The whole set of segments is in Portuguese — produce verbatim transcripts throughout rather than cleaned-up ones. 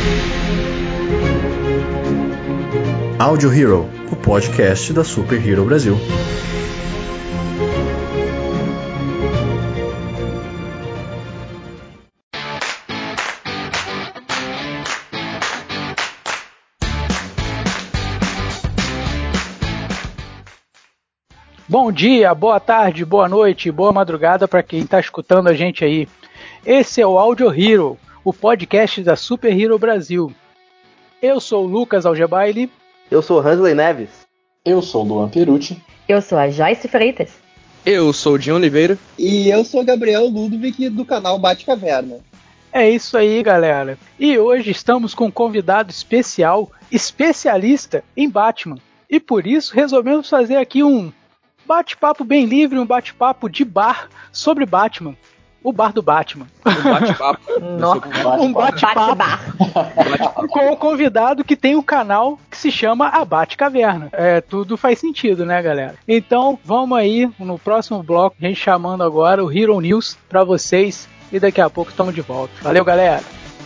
Audio Hero, o podcast da Super Hero Brasil. Bom dia, boa tarde, boa noite, boa madrugada para quem está escutando a gente aí. Esse é o Audio Hero, o podcast da Super Hero Brasil. Eu sou o Lucas Algebaile. Eu sou o Hansley Neves. Eu sou o Luan Perucci. Eu sou a Joyce Freitas. Eu sou o Dinho Oliveira. E eu sou o Gabriel Ludwig, do canal Bate Caverna. É isso aí, galera. E hoje estamos com um convidado especial, especialista em Batman. E por isso resolvemos fazer aqui um bate-papo bem livre, um bate-papo de bar sobre Batman. O bar do Batman. Um bate-papo. um bate-papo bate com o convidado que tem um canal que se chama A Batcaverna. É, tudo faz sentido, né, galera? Então, vamos aí no próximo bloco, a gente chamando agora o Hero News pra vocês e daqui a pouco estamos de volta. Valeu, galera!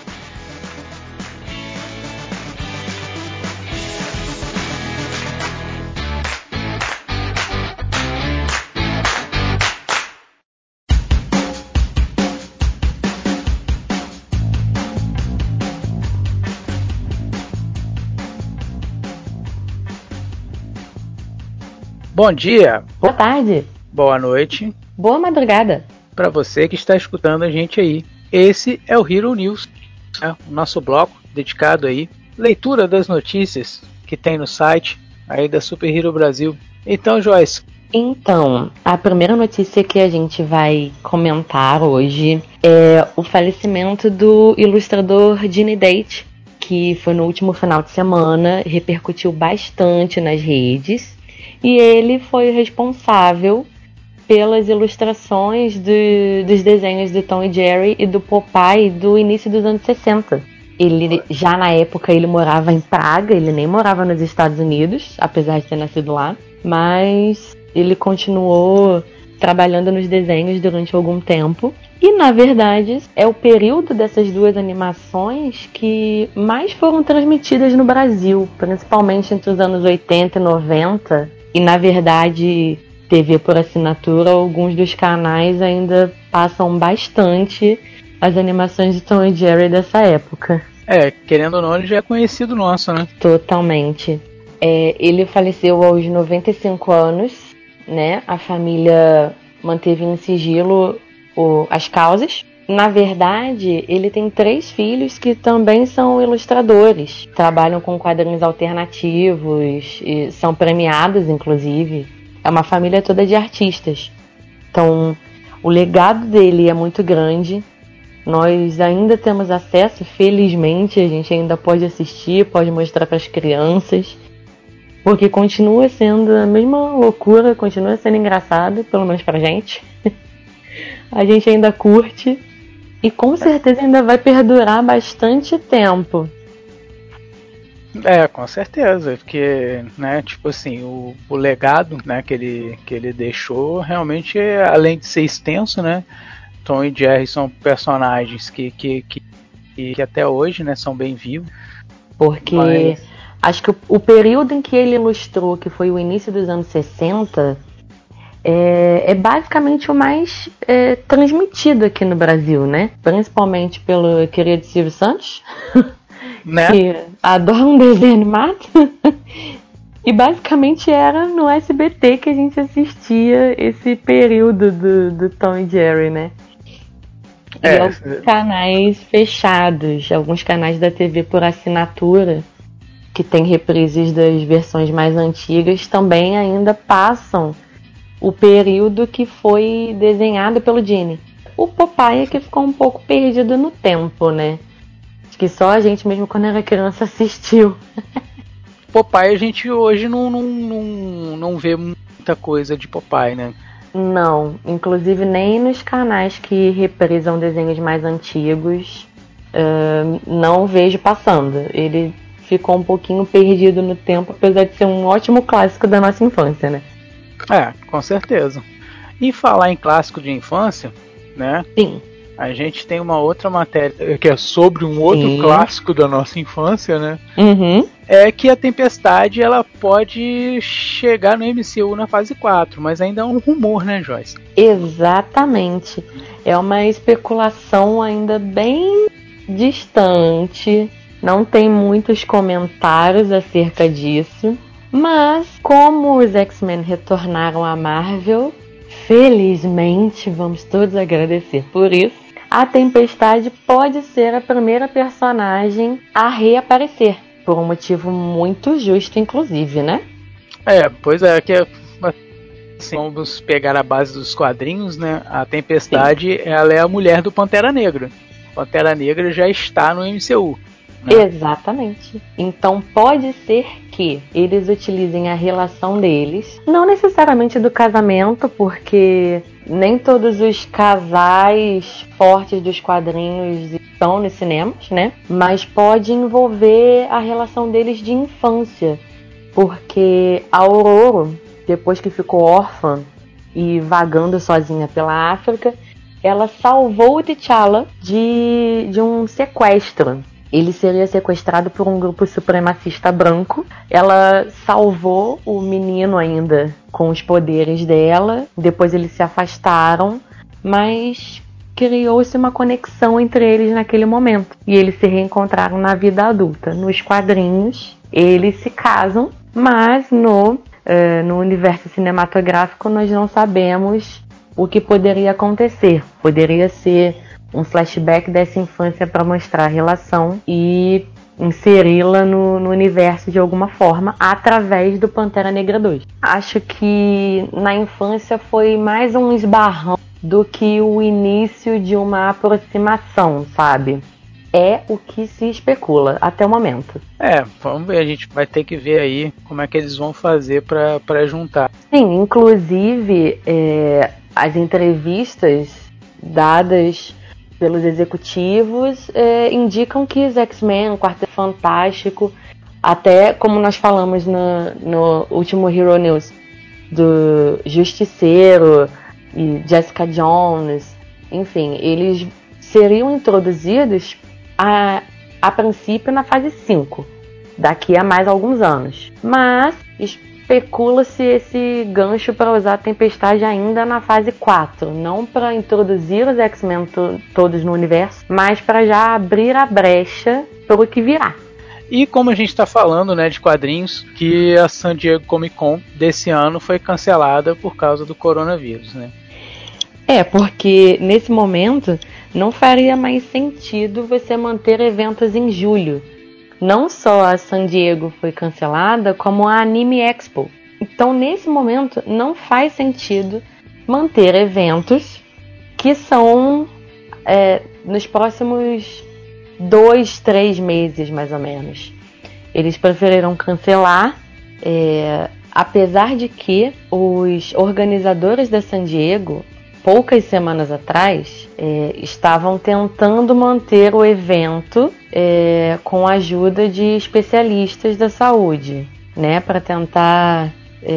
Bom dia, boa tarde, boa noite, boa madrugada para você que está escutando a gente aí. Esse é o Hero News, né? O nosso bloco dedicado aí leitura das notícias que tem no site aí da Super Hero Brasil. Então, Joyce. Então, a primeira notícia que a gente vai comentar hoje é o falecimento do ilustrador Gene Date, que foi no último final de semana, repercutiu bastante nas redes. E ele foi responsável pelas ilustrações de, dos desenhos do Tom e Jerry e do Popeye do início dos anos sessenta. Ele, já na época ele morava em Praga, ele nem morava nos Estados Unidos, apesar de ter nascido lá. Mas ele continuou trabalhando nos desenhos durante algum tempo. E na verdade é o período dessas duas animações que mais foram transmitidas no Brasil, principalmente entre os anos oitenta e noventa. E na verdade, T V por assinatura, alguns dos canais ainda passam bastante as animações de Tom e Jerry dessa época. É, querendo ou não, ele já é conhecido nosso, né? Totalmente. É, ele faleceu aos noventa e cinco anos, né? A família manteve em sigilo o, as causas. Na verdade, ele tem três filhos que também são ilustradores. Trabalham com quadrinhos alternativos e são premiados, inclusive. É uma família toda de artistas. Então, o legado dele é muito grande. Nós ainda temos acesso, felizmente, a gente ainda pode assistir, pode mostrar para as crianças. Porque continua sendo a mesma loucura, continua sendo engraçado, pelo menos pra gente. A gente ainda curte. E com certeza ainda vai perdurar bastante tempo. É, com certeza, porque, né, tipo assim, o, o legado, né, que ele, que ele deixou, realmente, além de ser extenso, né, Tom e Jerry são personagens que, que, que, que até hoje, né, são bem vivos. Porque Mas... acho que o, o período em que ele ilustrou, que foi o início dos anos sessenta... É, é basicamente o mais é, transmitido aqui no Brasil, né? Principalmente pelo querido Silvio Santos, né? Que adora um desenho animado. E basicamente era no S B T que a gente assistia esse período do, do Tom e Jerry, né? E é. Alguns canais fechados, alguns canais da T V por assinatura, que tem reprises das versões mais antigas, também ainda passam o período que foi desenhado pelo Gene. O Popeye é que ficou um pouco perdido no tempo, né? Acho que só a gente mesmo quando era criança assistiu. Popeye a gente hoje não, não, não, não vê muita coisa de Popeye, né? Não, inclusive nem nos canais que reprisam desenhos mais antigos, uh, não vejo passando. Ele ficou um pouquinho perdido no tempo, apesar de ser um ótimo clássico da nossa infância, né? É, com certeza. E falar em clássico de infância, né? Sim. A gente tem uma outra matéria que é sobre um outro Sim. clássico da nossa infância, né? Uhum. É que a Tempestade ela pode chegar no M C U na fase quatro, mas ainda é um rumor, né, Joyce? Exatamente. É uma especulação ainda bem distante. Não tem muitos comentários acerca disso. Mas, como os X-Men retornaram à Marvel, felizmente, vamos todos agradecer por isso, a Tempestade pode ser a primeira personagem a reaparecer. Por um motivo muito justo, inclusive, né? É, pois é, que assim, vamos pegar a base dos quadrinhos, né? A Tempestade, Sim. ela é a mulher do Pantera Negra. Pantera Negra já está no M C U. Né? Exatamente. Então pode ser que eles utilizem a relação deles, não necessariamente do casamento, porque nem todos os casais fortes dos quadrinhos estão nos cinemas, né? Mas pode envolver a relação deles de infância, porque a Aurora, depois que ficou órfã e vagando sozinha pela África, ela salvou o T'Challa de, de um sequestro. Ele seria sequestrado por um grupo supremacista branco. Ela salvou o menino ainda com os poderes dela. Depois eles se afastaram, mas criou-se uma conexão entre eles naquele momento. E eles se reencontraram na vida adulta. Nos quadrinhos, eles se casam, mas no, uh, no universo cinematográfico nós não sabemos o que poderia acontecer. Poderia ser um flashback dessa infância para mostrar a relação e inseri-la no, no universo de alguma forma através do Pantera Negra dois. Acho que na infância foi mais um esbarrão do que o início de uma aproximação, sabe? É o que se especula até o momento. É, vamos ver, a gente vai ter que ver aí como é que eles vão fazer para juntar. Sim, inclusive é, as entrevistas dadas pelos executivos é, indicam que os X-Men, o Quarteto Fantástico, até como nós falamos no, no último Hero News, do Justiceiro e Jessica Jones, enfim, eles seriam introduzidos a, a princípio na fase cinco, daqui a mais alguns anos. Mas especula-se esse gancho para usar a Tempestade ainda na fase quatro, não para introduzir os X-Men to- todos no universo, mas para já abrir a brecha para o que virá. E como a gente está falando, né, de quadrinhos, que a San Diego Comic Con desse ano foi cancelada por causa do coronavírus, né? É, porque nesse momento não faria mais sentido você manter eventos em julho. Não só a San Diego foi cancelada, como a Anime Expo. Então, nesse momento, não faz sentido manter eventos que são é, nos próximos dois, três meses, mais ou menos. Eles preferiram cancelar, é, apesar de que os organizadores da San Diego, poucas semanas atrás, é, estavam tentando manter o evento é, com a ajuda de especialistas da saúde, né, para tentar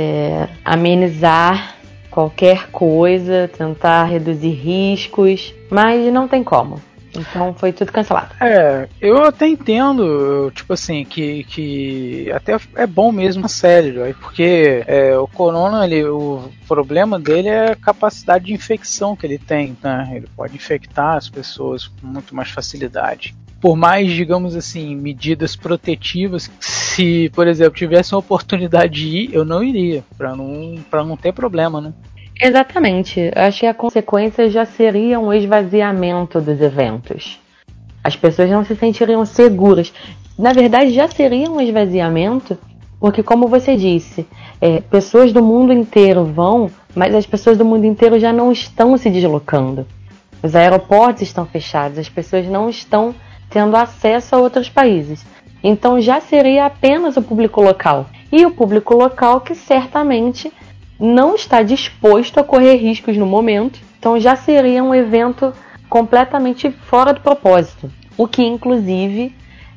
é, amenizar qualquer coisa, tentar reduzir riscos, mas não tem como. Então foi tudo cancelado. É, eu até entendo, tipo assim, que, que até é bom mesmo, sério, porque é, o corona, ele, o problema dele é a capacidade de infecção que ele tem, né? Ele pode infectar as pessoas com muito mais facilidade. Por mais, digamos assim, medidas protetivas, se, por exemplo, tivesse uma oportunidade de ir, eu não iria, para não, para não ter problema, né? Exatamente. Acho que a consequência já seria um esvaziamento dos eventos. As pessoas não se sentiriam seguras. Na verdade, já seria um esvaziamento, porque, como você disse, é, pessoas do mundo inteiro vão, mas as pessoas do mundo inteiro já não estão se deslocando. Os aeroportos estão fechados, as pessoas não estão tendo acesso a outros países. Então já seria apenas o público local. E o público local que certamente não está disposto a correr riscos no momento, então já seria um evento completamente fora do propósito, o que inclusive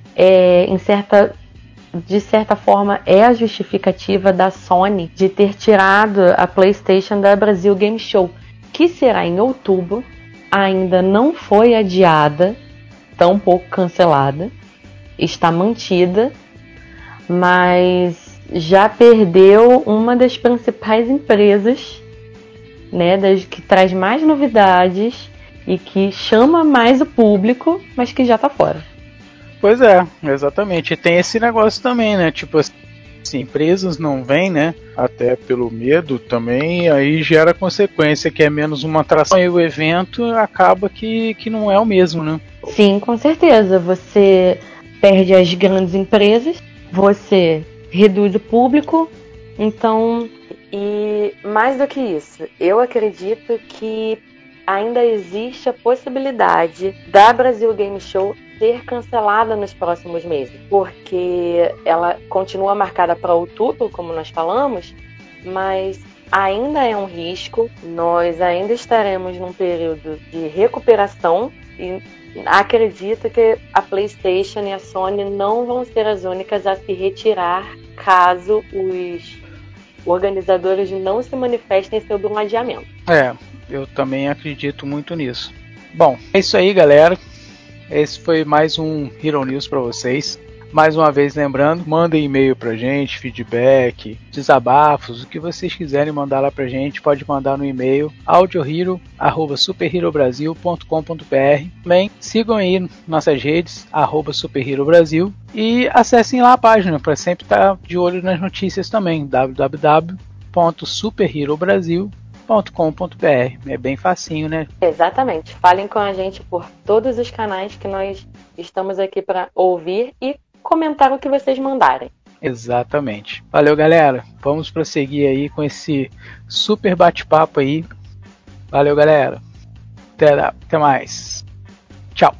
é, em certa, de certa forma é a justificativa da Sony de ter tirado a PlayStation da Brasil Game Show, que será em outubro, ainda não foi adiada, tampouco cancelada, está mantida, mas já perdeu uma das principais empresas, né, das, que traz mais novidades e que chama mais o público, mas que já tá fora. Pois é, exatamente. E tem esse negócio também, né? Tipo assim, empresas não vêm, né? Até pelo medo também, aí gera consequência, que é menos uma atração e o evento acaba que, que não é o mesmo, né? Sim, com certeza. Você perde as grandes empresas, você reduz o público, então... E mais do que isso, eu acredito que ainda existe a possibilidade da Brasil Game Show ser cancelada nos próximos meses, porque ela continua marcada para outubro, como nós falamos, mas ainda é um risco, nós ainda estaremos num período de recuperação e acredito que a PlayStation e a Sony não vão ser as únicas a se retirar caso os organizadores não se manifestem sobre um adiamento. É, eu também acredito muito nisso. Bom, é isso aí, galera. Esse foi mais um Hero News para vocês. Mais uma vez lembrando, mandem e-mail pra gente, feedback, desabafos, o que vocês quiserem mandar lá pra gente, pode mandar no e-mail audiohero arroba superherobrasil ponto com ponto b r. Também sigam aí nossas redes, arroba superherobrasil, e acessem lá a página para sempre estar de olho nas notícias também, w w w ponto superherobrasil ponto com ponto b r. É bem facinho, né? Exatamente. Falem com a gente por todos os canais que nós estamos aqui para ouvir e comentar o que vocês mandarem. Exatamente. Valeu, galera. Vamos prosseguir aí com esse super bate-papo aí. Valeu, galera. Até, até mais. Tchau.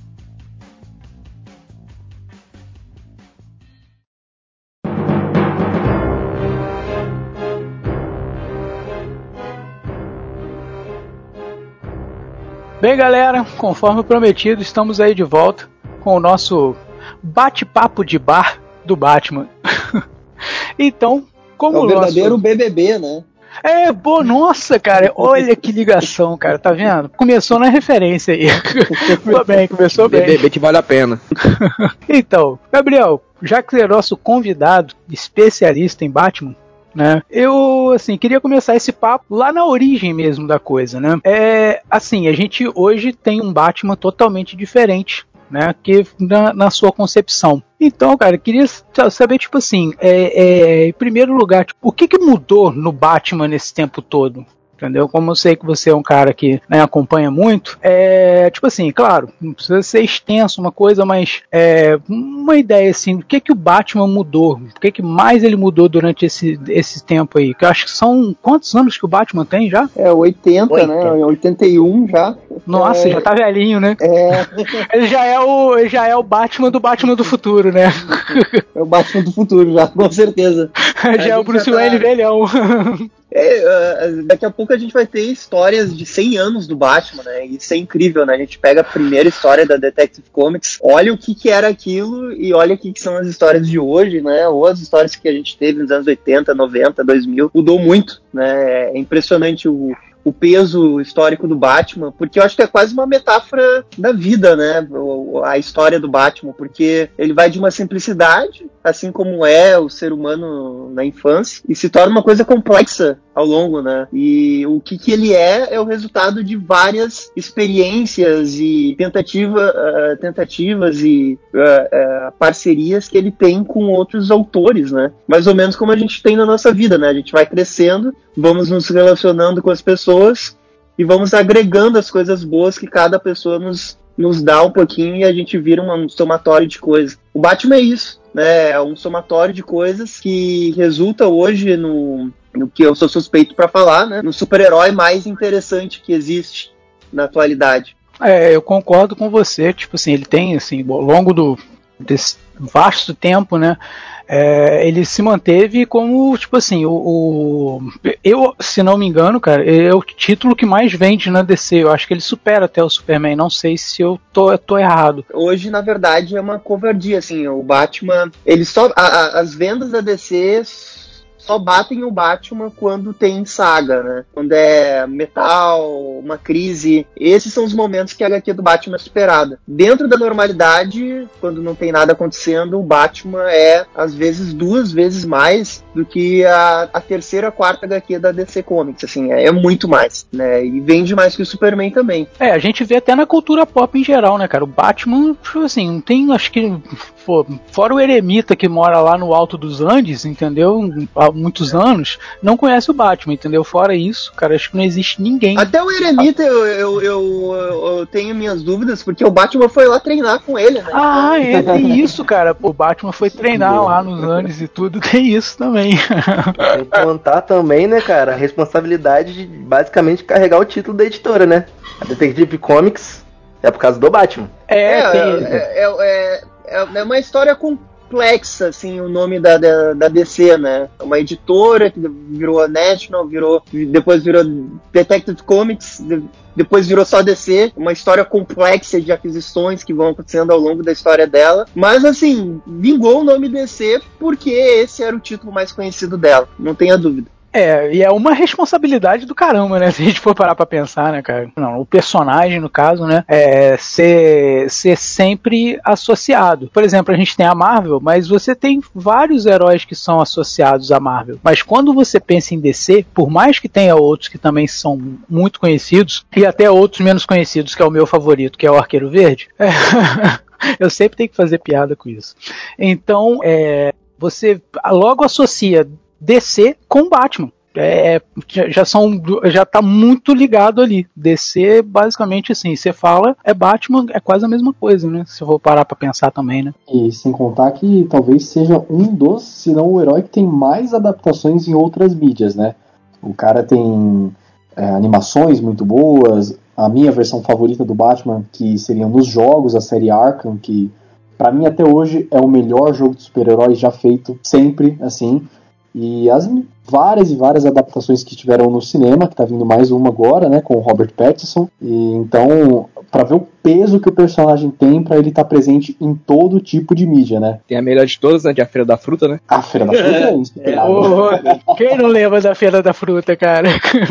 Bem, galera, conforme prometido, estamos aí de volta com o nosso bate-papo de bar do Batman. Então, como é o verdadeiro nosso... B B B, né? É, pô, nossa, cara, olha que ligação, cara, tá vendo? Começou na referência aí. Começou bem, começou bem. B B B que vale a pena. Então, Gabriel, já que você é nosso convidado, especialista em Batman, né? Eu, assim, queria começar esse papo lá na origem mesmo da coisa, né? É, assim, a gente hoje tem um Batman totalmente diferente, né? Que na, na sua concepção. Então, cara, eu queria saber, tipo assim, é, é, em primeiro lugar, tipo, o que que mudou no Batman nesse tempo todo? Entendeu? Como eu sei que você é um cara que, né, acompanha muito, é, tipo assim, claro, não precisa ser extenso uma coisa, mas é, uma ideia assim, o que que o Batman mudou? O que que mais ele mudou durante esse, esse tempo aí? Que eu acho que são quantos anos que o Batman tem já? É, oitenta, oitenta. Né? oitenta e um já. Nossa, é... já tá velhinho, né? É. Ele já é, o, ele já é o Batman do Batman do futuro, né? É o Batman do futuro, já, com certeza. já é o Bruce Wayne tá... velhão. É, uh, daqui a pouco a gente vai ter histórias de cem anos do Batman, né? Isso é incrível, né? A gente pega a primeira história da Detective Comics, olha o que que era aquilo e olha o que que são as histórias de hoje, né? Ou as histórias que a gente teve nos anos oitenta, noventa, dois mil. Mudou muito, né? É impressionante o... o peso histórico do Batman, porque eu acho que é quase uma metáfora da vida, né, a história do Batman, porque ele vai de uma simplicidade, assim como é o ser humano na infância, e se torna uma coisa complexa ao longo, né, e o que que ele é, é o resultado de várias experiências e tentativa, uh, tentativas e uh, uh, parcerias que ele tem com outros autores, né, mais ou menos como a gente tem na nossa vida, né, a gente vai crescendo, vamos nos relacionando com as pessoas e vamos agregando as coisas boas que cada pessoa nos, nos dá um pouquinho e a gente vira um somatório de coisas. O Batman é isso, né? É um somatório de coisas que resulta hoje no, no que eu sou suspeito para falar, né? No super-herói mais interessante que existe na atualidade. É, eu concordo com você, tipo assim, ele tem, assim, ao longo do, desse vasto tempo, né, é, ele se manteve como, tipo assim, o, o eu, se não me engano, cara, é o título que mais vende na D C. Eu acho que ele supera até o Superman, não sei se eu tô, eu tô errado. Hoje, na verdade, é uma covardia, assim, o Batman, ele só, a, a, as vendas da D C só batem o Batman quando tem saga, né? Quando é metal, uma crise. Esses são os momentos que a agá quê do Batman é superada. Dentro da normalidade, quando não tem nada acontecendo, o Batman é, às vezes, duas vezes mais do que a, a terceira, quarta agá quê da dê cê Comics, assim, é, é muito mais, né? E vende mais que o Superman também. É, a gente vê até na cultura pop em geral, né, cara? O Batman, assim, não tem, acho que, pô, fora o eremita que mora lá no alto dos Andes, entendeu? Há muitos anos, não conhece o Batman, entendeu? Fora isso, cara, acho que não existe ninguém. Até o eremita eu, eu, eu, eu tenho minhas dúvidas, porque o Batman foi lá treinar com ele, né? Ah, é, tem isso, cara. O Batman foi treinar lá nos Andes e tudo, tem isso também. Tem que contar também, né, cara, a responsabilidade de basicamente carregar o título da editora, né? A Detective Comics é por causa do Batman. É, é, tem... é, é, é, é uma história complexa, assim, o nome da, da, da dê cê, né? É uma editora que virou a National, virou, depois virou Detective Comics, depois virou só dê cê, uma história complexa de aquisições que vão acontecendo ao longo da história dela, mas assim, vingou o nome dê cê porque esse era o título mais conhecido dela, não tenha dúvida. É, e é uma responsabilidade do caramba, né? Se a gente for parar pra pensar, né, cara? Não, o personagem, no caso, né? É ser, ser sempre associado. Por exemplo, a gente tem a Marvel, mas você tem vários heróis que são associados à Marvel. Mas quando você pensa em dê cê, por mais que tenha outros que também são muito conhecidos, e até outros menos conhecidos, que é o meu favorito, que é o Arqueiro Verde, é... eu sempre tenho que fazer piada com isso. Então, é... você logo associa dê cê com Batman. É, já, já são já tá muito ligado ali. dê cê, basicamente assim, você fala, é Batman, é quase a mesma coisa, né? Se eu vou parar pra pensar também, né? E sem contar que talvez seja um dos, se não o herói que tem mais adaptações em outras mídias, né? O cara tem é, animações muito boas, a minha versão favorita do Batman, que seriam nos jogos, a série Arkham, que pra mim até hoje é o melhor jogo de super-heróis já feito, sempre, assim. E as várias e várias adaptações que tiveram no cinema, que tá vindo mais uma agora, né, com o Robert Pattinson. E então, pra ver o peso que o personagem tem pra ele estar tá presente em todo tipo de mídia, né? Tem a melhor de todas, né, que é a Feira da Fruta, né? A Feira da Fruta é insuperável. Oh, quem não lembra da Feira da Fruta, cara?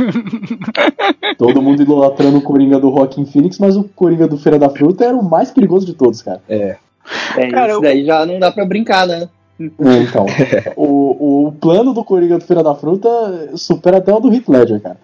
Todo mundo idolatrando o Coringa do Joaquin Phoenix, mas o Coringa do Feira da Fruta era o mais perigoso de todos, cara. É. É, Cara, isso daí já não dá pra brincar, né? Então, o, o plano do Coringa do Feira da Fruta supera até o do Heath Ledger, cara.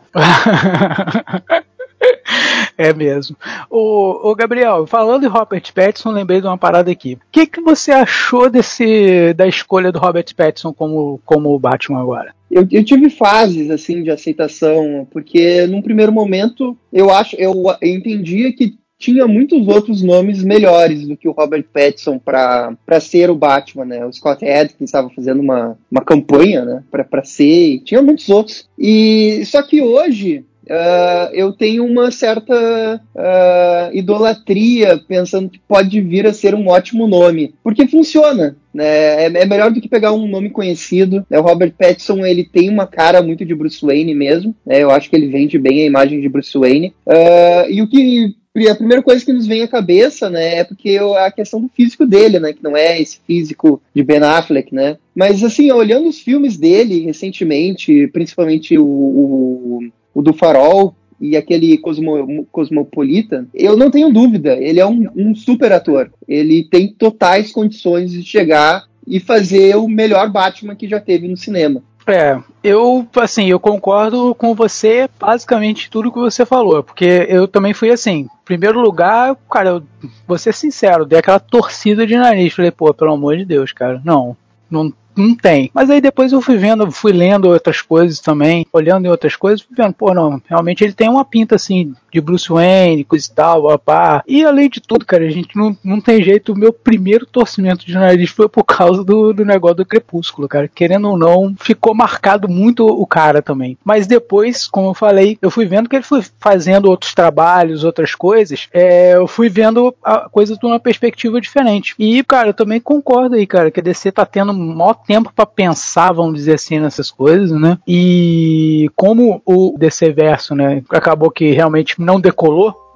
É mesmo. Ô, ô Gabriel, falando em Robert Pattinson, lembrei de uma parada aqui. O que, que você achou desse, da escolha do Robert Pattinson como, como o Batman agora? Eu, eu tive fases, assim, de aceitação, porque num primeiro momento eu acho, eu, eu entendia que tinha muitos outros nomes melhores do que o Robert Pattinson para ser o Batman, né? O Scott Adkins estava fazendo uma, uma campanha, né, para ser, e tinha muitos outros. E só que hoje uh, eu tenho uma certa uh, idolatria pensando que pode vir a ser um ótimo nome, porque funciona. É, é melhor do que pegar um nome conhecido, né? O Robert Pattinson, ele tem uma cara muito de Bruce Wayne mesmo, né? Eu acho que ele vende bem a imagem de Bruce Wayne. Uh, e o que a primeira coisa que nos vem à cabeça, né, é porque a questão do físico dele, né, que não é esse físico de Ben Affleck, né, mas assim, olhando os filmes dele recentemente, principalmente o, o, o do Farol e aquele Cosmo, Cosmopolitan, eu não tenho dúvida, ele é um, um super ator, ele tem totais condições de chegar e fazer o melhor Batman que já teve no cinema. É, eu, assim, eu concordo com você, basicamente tudo que você falou, porque eu também fui assim, em primeiro lugar, cara, eu vou ser sincero, dei aquela torcida de nariz, falei, pô, pelo amor de Deus, cara, não, não, não tem. Mas aí depois eu fui vendo, fui lendo outras coisas também, olhando em outras coisas, fui vendo, pô, não, realmente ele tem uma pinta, assim, de Bruce Wayne, coisa e tal, papá. E além de tudo, cara, a gente não, não tem jeito, o meu primeiro torcimento de nariz foi por causa do, do negócio do Crepúsculo, cara. Querendo ou não, ficou marcado muito o cara também. Mas depois, como eu falei, eu fui vendo que ele foi fazendo outros trabalhos, outras coisas, é, eu fui vendo a coisa de uma perspectiva diferente. E, cara, eu também concordo aí, cara, que a D C tá tendo maior tempo pra pensar, vamos dizer assim, nessas coisas, né? E como o D C Verso, né, acabou que realmente não decolou,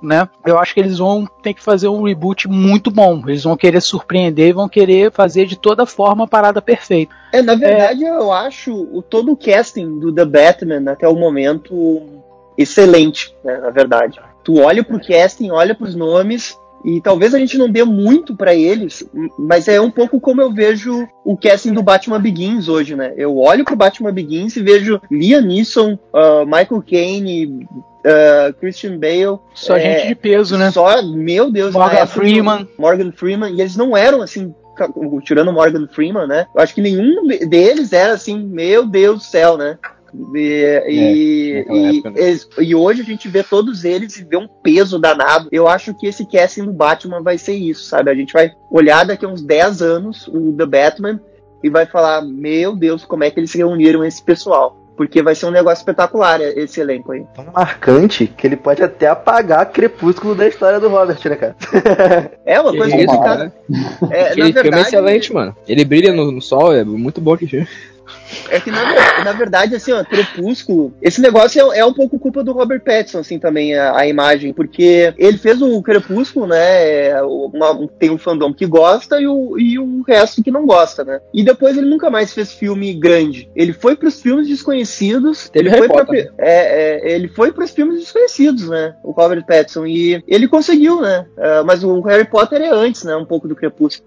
né? Eu acho que eles vão ter que fazer um reboot muito bom. Eles vão querer surpreender e vão querer fazer de toda forma a parada perfeita. É, na verdade, é... eu acho o, todo o casting do The Batman até o momento excelente, né? Na verdade. Tu olha pro casting, olha pros nomes, e talvez a gente não dê muito pra eles, mas é um pouco como eu vejo o casting do Batman Begins hoje, né? Eu olho pro Batman Begins e vejo Liam Neeson, uh, Michael Caine, uh, Christian Bale. Só é, gente de peso, né? Só, meu Deus. Morgan Freeman. Morgan Freeman, e eles não eram assim, tirando o Morgan Freeman, né? Eu acho que nenhum deles era assim, meu Deus do céu, né? E, é, e, e, época, né? e, e hoje a gente vê todos eles e vê um peso danado. Eu acho que esse casting do Batman vai ser isso, sabe? A gente vai olhar daqui a uns dez anos o The Batman e vai falar, meu Deus, como é que eles reuniram esse pessoal. Porque vai ser um negócio espetacular esse elenco aí. Tão marcante que ele pode até apagar Crepúsculo da história do Robert, né, cara? É uma coisa que tá... né? é, Aquele filme é excelente, mano. Ele brilha no, no sol, é muito bom aquele filme. É que na, na verdade, assim, ó, Crepúsculo, esse negócio é, é um pouco culpa do Robert Pattinson, assim, também, a, a imagem, porque ele fez o Crepúsculo, né, uma, tem um fandom que gosta e o, e o resto que não gosta, né, e depois ele nunca mais fez filme grande, ele foi pros filmes desconhecidos, Teve ele foi, pra, Potter, né? é, é, ele foi pros filmes desconhecidos, né, o Robert Pattinson, e ele conseguiu, né, uh, mas o Harry Potter é antes, né, um pouco do Crepúsculo,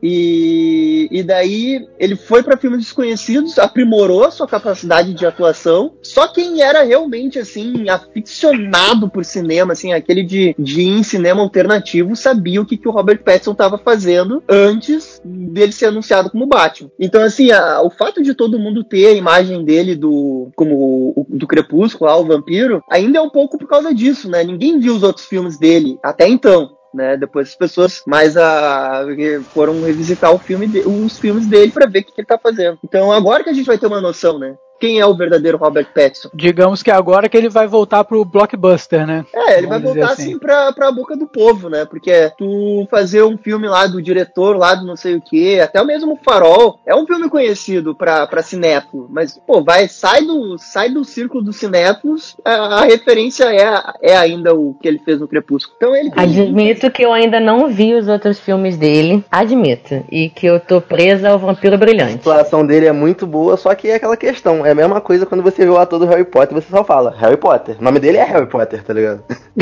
e, e daí ele foi pra filmes desconhecidos, aprimorou a sua capacidade de atuação. Só quem era realmente, assim, aficionado por cinema, assim, aquele de, de ir em cinema alternativo, sabia o que, que o Robert Pattinson estava fazendo antes dele ser anunciado como Batman. Então, assim, a, o fato de todo mundo ter a imagem dele do, como o, do Crepúsculo, lá, o vampiro, ainda é um pouco por causa disso, né? Ninguém viu os outros filmes dele até então. Né, depois as pessoas mais a, foram revisitar o filme de, os filmes dele para ver o que, que ele tá fazendo. Então agora que a gente vai ter uma noção, né? Quem é o verdadeiro Robert Pattinson? Digamos que agora que ele vai voltar pro blockbuster, né? É, ele Vamos vai voltar assim, assim pra, pra boca do povo, né? Porque tu fazer um filme lá do diretor, lá do não sei o que, até mesmo o Farol, é um filme conhecido pra, pra cinéfilo, mas, pô, vai, sai do, sai do círculo dos cinéfilos, a, a referência é, é ainda o que ele fez no Crepúsculo. Então ele Admito que eu ainda não vi os outros filmes dele, admito, e que eu tô presa ao Vampiro Brilhante. A atuação dele é muito boa, só que é aquela questão, é a mesma coisa quando você vê o ator do Harry Potter, você só fala Harry Potter. O nome dele é Harry Potter, tá ligado?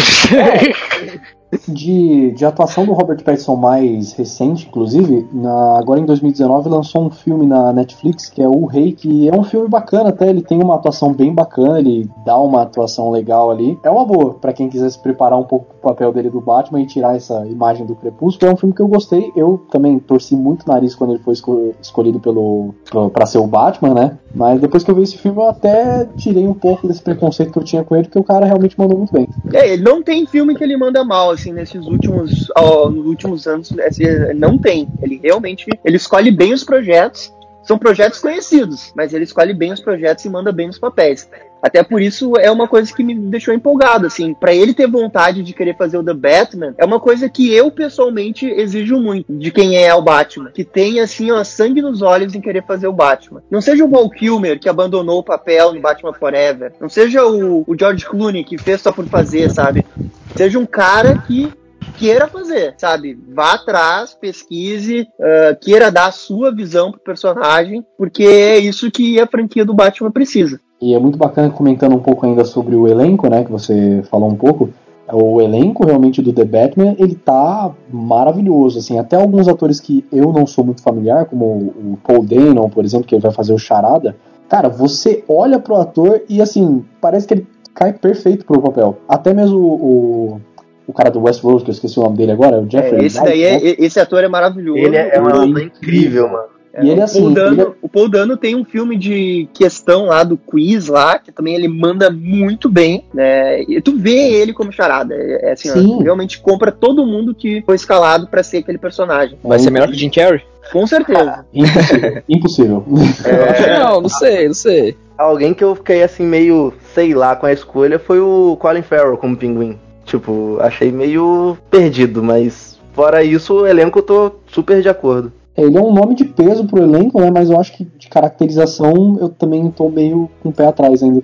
De, de atuação do Robert Pattinson mais recente, inclusive, na, agora em dois mil e dezenove lançou um filme na Netflix que é O Rei, que é um filme bacana até, ele tem uma atuação bem bacana, ele dá uma atuação legal ali. É uma boa, pra quem quiser se preparar um pouco pro papel dele do Batman e tirar essa imagem do Crepúsculo. É um filme que eu gostei, eu também torci muito o nariz quando ele foi esco- escolhido pelo, pelo, pra ser o Batman, né? Mas depois que eu vi esse filme eu até tirei um pouco desse preconceito que eu tinha com ele, porque o cara realmente mandou muito bem. É, ele não tem filme que ele manda mal, assim, nesses últimos, ó, nos últimos anos, assim, não tem. Ele realmente, ele escolhe bem os projetos, são projetos conhecidos, mas ele escolhe bem os projetos e manda bem os papéis. Até por isso é uma coisa que me deixou empolgado, assim, pra ele ter vontade de querer fazer o The Batman, é uma coisa que eu pessoalmente exijo muito de quem é o Batman, que tenha, assim, ó, sangue nos olhos em querer fazer o Batman. Não seja o Val Kilmer, que abandonou o papel no Batman Forever, não seja o, o George Clooney, que fez só por fazer, sabe? Seja um cara que queira fazer, sabe? Vá atrás, pesquise, uh, queira dar a sua visão pro personagem, porque é isso que a franquia do Batman precisa. E é muito bacana, comentando um pouco ainda sobre o elenco, né, que você falou um pouco, o elenco realmente do The Batman, ele tá maravilhoso, assim, até alguns atores que eu não sou muito familiar, como o Paul Dano, por exemplo, que ele vai fazer o Charada, cara, você olha pro ator e, assim, parece que ele cai perfeito pro papel. Até mesmo o, o cara do Westworld, que eu esqueci o nome dele agora, o Jeffrey é, esse Knight, daí né? é, esse ator é maravilhoso. Ele é, é uma dupla incrível, mano. E ele, assim, o, Paul Dano, ele... o Paul Dano tem um filme de questão lá do quiz lá, que também ele manda muito bem, né? E tu vê ele como Charada. É assim, ó, realmente compra todo mundo que foi escalado pra ser aquele personagem. Vai ser melhor que o Jim Carrey? Com certeza. Impossível. Impossível. É... Não, não sei, não sei. Alguém que eu fiquei assim meio, sei lá, com a escolha foi o Colin Farrell como Pinguim. Tipo, achei meio perdido, mas fora isso, o elenco eu tô super de acordo. Ele é um nome de peso pro elenco, né? Mas eu acho que de caracterização eu também tô meio com o pé atrás ainda também.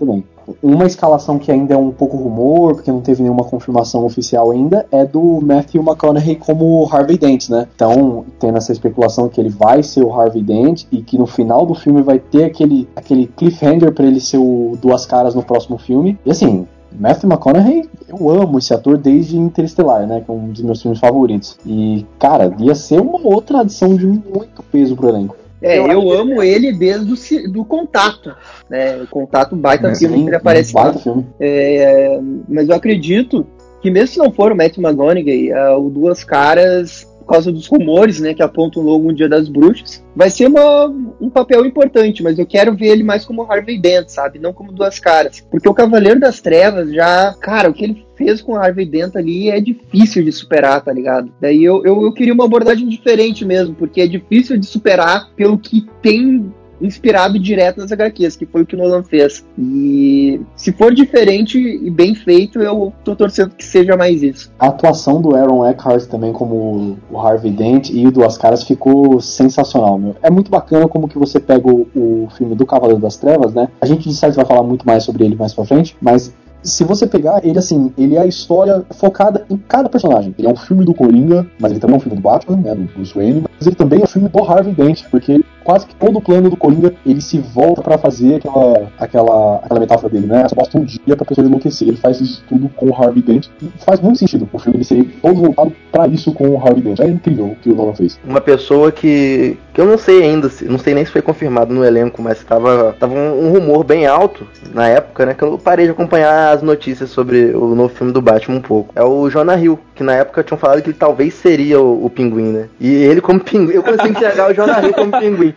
Uma escalação que ainda é um pouco rumor, porque não teve nenhuma confirmação oficial ainda, é do Matthew McConaughey como Harvey Dent, né? Então, tem essa especulação que ele vai ser o Harvey Dent e que no final do filme vai ter aquele, aquele cliffhanger pra ele ser o Duas Caras no próximo filme. E assim, Matthew McConaughey, eu amo esse ator desde Interestelar, né? Que é um dos meus filmes favoritos. E, cara, ia ser uma outra adição de muito peso pro elenco. É, eu, eu amo ele desde o do Contato, né? O Contato, baita é, filme sim, que ele aparece baita lá. Filme. É, mas eu acredito que mesmo se não for o Matthew McConaughey, uh, o Duas Caras, por causa dos rumores, né, que apontam logo um Dia das Bruxas, vai ser uma, um papel importante, mas eu quero ver ele mais como Harvey Dent, sabe? Não como Duas Caras. Porque o Cavaleiro das Trevas já... Cara, o que ele fez com o Harvey Dent ali é difícil de superar, tá ligado? Daí eu, eu, eu queria uma abordagem diferente mesmo, porque é difícil de superar pelo que tem inspirado direto nas agá quês, que foi o que o Nolan fez. E se for diferente e bem feito, eu tô torcendo que seja mais isso. A atuação do Aaron Eckhart também como o Harvey Dent e o Duas Caras ficou sensacional, meu. É muito bacana como que você pega o, o filme do Cavaleiro das Trevas, né? A gente de certo vai falar muito mais sobre ele mais pra frente, mas se você pegar ele assim, ele é a história focada em cada personagem. Ele é um filme do Coringa, mas ele também é um filme do Batman, né, do Bruce Wayne, mas ele também é um filme do Harvey Dent, porque quase que todo o plano do Coringa, ele se volta pra fazer aquela, aquela, aquela metáfora dele, né? Só basta um dia pra pessoa enlouquecer. Ele faz isso tudo com o Harvey Dent e faz muito sentido o filme ele ser todo voltado pra isso com o Harvey Dent. É incrível o que o Nolan fez. Uma pessoa que, que eu não sei ainda, não sei nem se foi confirmado no elenco, mas tava, tava um, um rumor bem alto na época, né? Que eu parei de acompanhar as notícias sobre o novo filme do Batman um pouco. É o Jonah Hill, que na época tinham falado que ele talvez seria o, o Pinguim, né? E ele como Pinguim, eu consigo enxergar o Jonah Hill como Pinguim.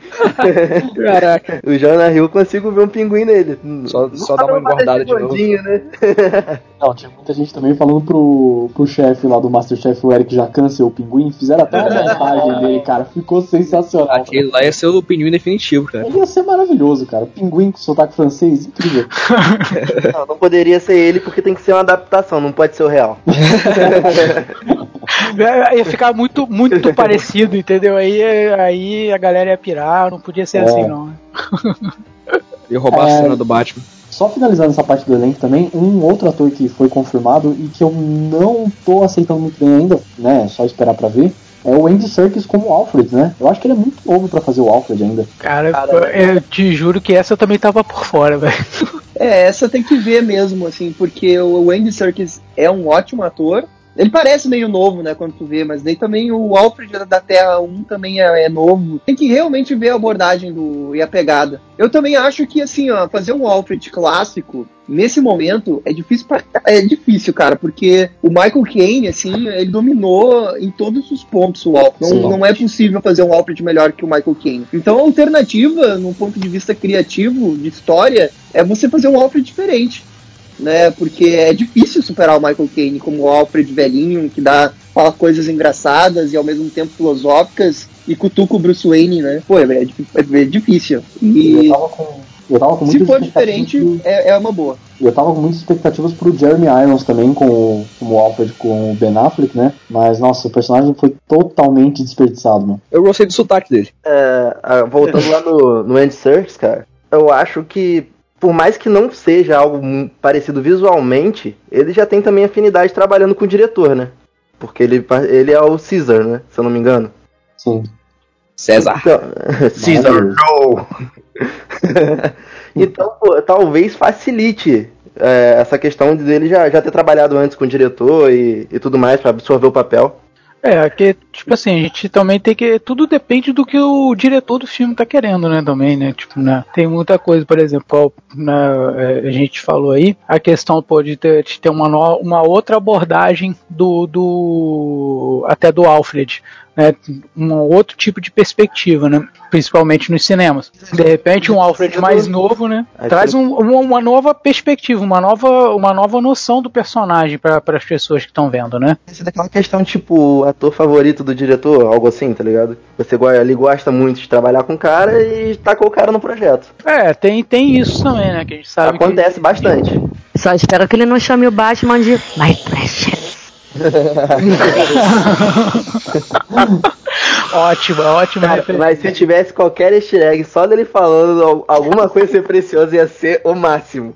Caraca. O Jonah Hill, eu consigo ver um pinguim nele. Só, só dá uma engordada de novo. Né? Não, tinha muita gente também falando pro, pro chefe lá do Masterchef, o Eric Jacan, ser o Pinguim. Fizeram até uma montagem dele, cara. Ficou sensacional. Aquele lá ia ser o Pinguim definitivo, cara. Ele ia ser maravilhoso, cara. Pinguim com sotaque francês, incrível. Não, não poderia ser ele porque tem que ser uma adaptação, não pode ser o real. Ia ficar muito, muito parecido, entendeu? Aí, aí a galera ia pirar, não podia ser é. assim, não. Ia roubar é, a cena do Batman. Só finalizando essa parte do elenco também, um outro ator que foi confirmado e que eu não tô aceitando muito bem ainda, né? Só esperar pra ver. É o Andy Serkis como Alfred, né? Eu acho que ele é muito novo pra fazer o Alfred ainda. Cara, Cara eu te juro que essa eu também tava por fora, velho. É, essa tem que ver mesmo, assim, porque o Andy Serkis é um ótimo ator. Ele parece meio novo, né, quando tu vê, mas daí também o Alfred da Terra um também é, é novo. Tem que realmente ver a abordagem do, e a pegada. Eu também acho que, assim, ó, fazer um Alfred clássico, nesse momento, é difícil, pra, é difícil, cara, porque o Michael Caine, assim, ele dominou em todos os pontos o Alfred. Não, não é possível fazer um Alfred melhor que o Michael Caine. Então a alternativa, num ponto de vista criativo, de história, é você fazer um Alfred diferente. Né, porque é difícil superar o Michael Caine como o Alfred velhinho, que dá, fala coisas engraçadas e ao mesmo tempo filosóficas e cutuca o Bruce Wayne, né? Pô, é, é, é difícil. E eu tava com, eu tava com se for diferente, pro... é, é uma boa. Eu tava com muitas expectativas pro Jeremy Irons também, com, como o Alfred com o Ben Affleck, né? Mas, nossa, o personagem foi totalmente desperdiçado, mano. Eu gostei do sotaque dele. É, voltando lá no, no Andy Serkis, cara, eu acho que por mais que não seja algo parecido visualmente, ele já tem também afinidade trabalhando com o diretor, né? Porque ele, ele é o Caesar, né? Se eu não me engano. Sim. César. Então, Caesar, no! Então, pô, talvez facilite é, essa questão dele já, já ter trabalhado antes com o diretor e, e tudo mais, para absorver o papel. É, que, tipo assim, a gente também tem que... Tudo depende do que o diretor do filme tá querendo, né, também, né, tipo, né, tem muita coisa, por exemplo, né, a gente falou aí, a questão pode ter, de ter uma, no, uma outra abordagem do, do... até do Alfred, né, um outro tipo de perspectiva, né, principalmente nos cinemas. De repente, um Alfred mais novo, né, traz um, uma nova perspectiva, uma nova, uma nova noção do personagem para as pessoas que estão vendo, né. Essa é daquela questão, tipo, ator favorito do diretor, algo assim, tá ligado? Você ele gosta muito de trabalhar com o cara e tacou o cara no projeto. É, tem, tem isso também, né, que a gente sabe. Acontece que... bastante. Só espero que ele não chame o Batman de My Precious. Ótima, ótima Cara, referência. mas se tivesse qualquer easter egg só dele falando alguma coisa ser preciosa, ia ser o máximo.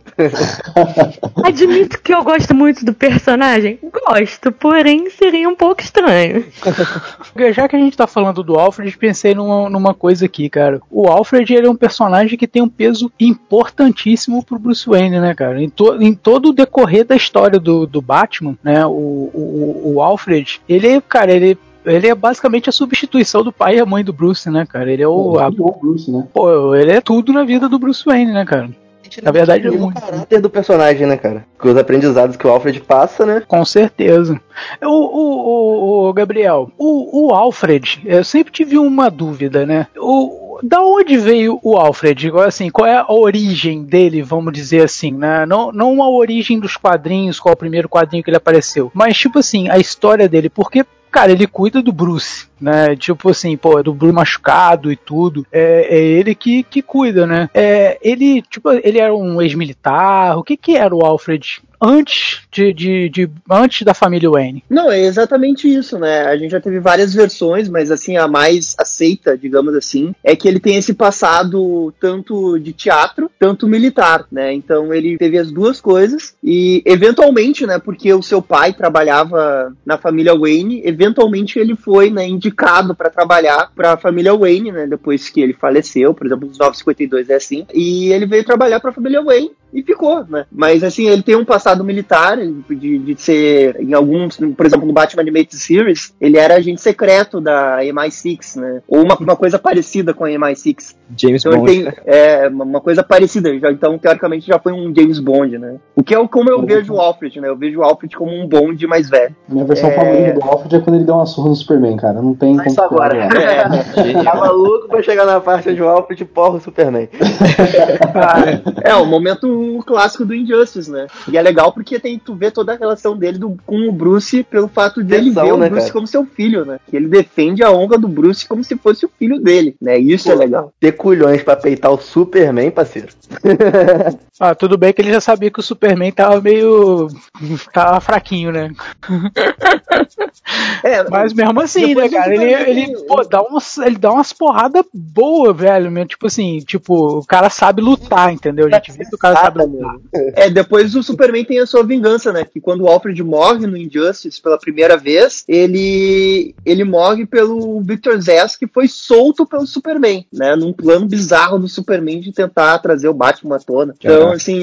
Admito que eu gosto muito do personagem. Gosto, porém seria um pouco estranho. Já que a gente tá falando do Alfred, pensei numa, numa coisa aqui, cara. O Alfred, ele é um personagem que tem um peso importantíssimo pro Bruce Wayne, né, cara? Em, to, em todo o decorrer da história do, do Batman, né, o, o, o Alfred, ele, cara, ele Ele é basicamente a substituição do pai e a mãe do Bruce, né, cara? Ele é o. É, o Bruce, né? Pô, ele é tudo na vida do Bruce Wayne, né, cara? Na verdade, é muito. O caráter do personagem, né, cara? Com os aprendizados que o Alfred passa, né? Com certeza. O, o, o, o Gabriel, o, o Alfred, eu sempre tive uma dúvida, né? O, da onde veio o Alfred? Assim, qual é a origem dele, vamos dizer assim, né? Não, não a origem dos quadrinhos, qual é o primeiro quadrinho que ele apareceu, mas, tipo assim, a história dele, porque, cara, ele cuida do Bruce, né? Tipo assim, pô, do Bruce machucado e tudo. É, é ele que, que cuida, né? É, ele, tipo, ele era um ex-militar. O que que era o Alfred antes de, de, de antes da família Wayne? Não, é exatamente isso, né? A gente já teve várias versões, mas assim, a mais aceita, digamos assim, é que ele tem esse passado tanto de teatro, tanto militar, né? Então ele teve as duas coisas e eventualmente, né, porque o seu pai trabalhava na família Wayne, eventualmente ele foi, né, indicado para trabalhar para a família Wayne, né, depois que ele faleceu, por exemplo, nos novecentos e cinquenta e dois é assim, e ele veio trabalhar para a família Wayne e ficou, né? Mas assim, ele tem um passado militar, de, de ser, em alguns, por exemplo, no Batman Animated Series, ele era agente secreto da M I seis, né? Ou uma, uma coisa parecida com a M I seis. James então Bond. Ele tem, é, uma coisa parecida, já, então teoricamente já foi um James Bond, né? O que é como eu uhum. vejo o Alfred, né? Eu vejo o Alfred como um Bond mais velho. Minha versão é... favorita do Alfred é quando ele deu uma surra no Superman, cara. Não tem como. Isso agora. É. Tá maluco pra chegar na parte onde o Alfred porra o Superman. É, o momento clássico do Injustice, né? E é legal porque tem, tu vê toda a relação dele do, com o Bruce pelo fato dele ver o né, Bruce cara? como seu filho, né? Que ele defende a honra do Bruce como se fosse o filho dele, né? Isso Pô, é legal. Ter culhões pra peitar o Superman, parceiro. Ah, tudo bem que ele já sabia que o Superman tava meio... tava fraquinho, né? É, mas mesmo assim, né, cara? Ele, ele, pô, dá umas, ele dá umas porradas boas, velho. Mesmo. Tipo assim, tipo, o cara sabe lutar, entendeu? A gente vê que o cara sabe lutar. É, depois o Superman tem a sua vingança, né? Que quando o Alfred morre no Injustice pela primeira vez, ele, ele morre pelo Victor Zsasz, que foi solto pelo Superman, né? Num plano bizarro do Superman de tentar trazer o Batman à tona. Então, assim,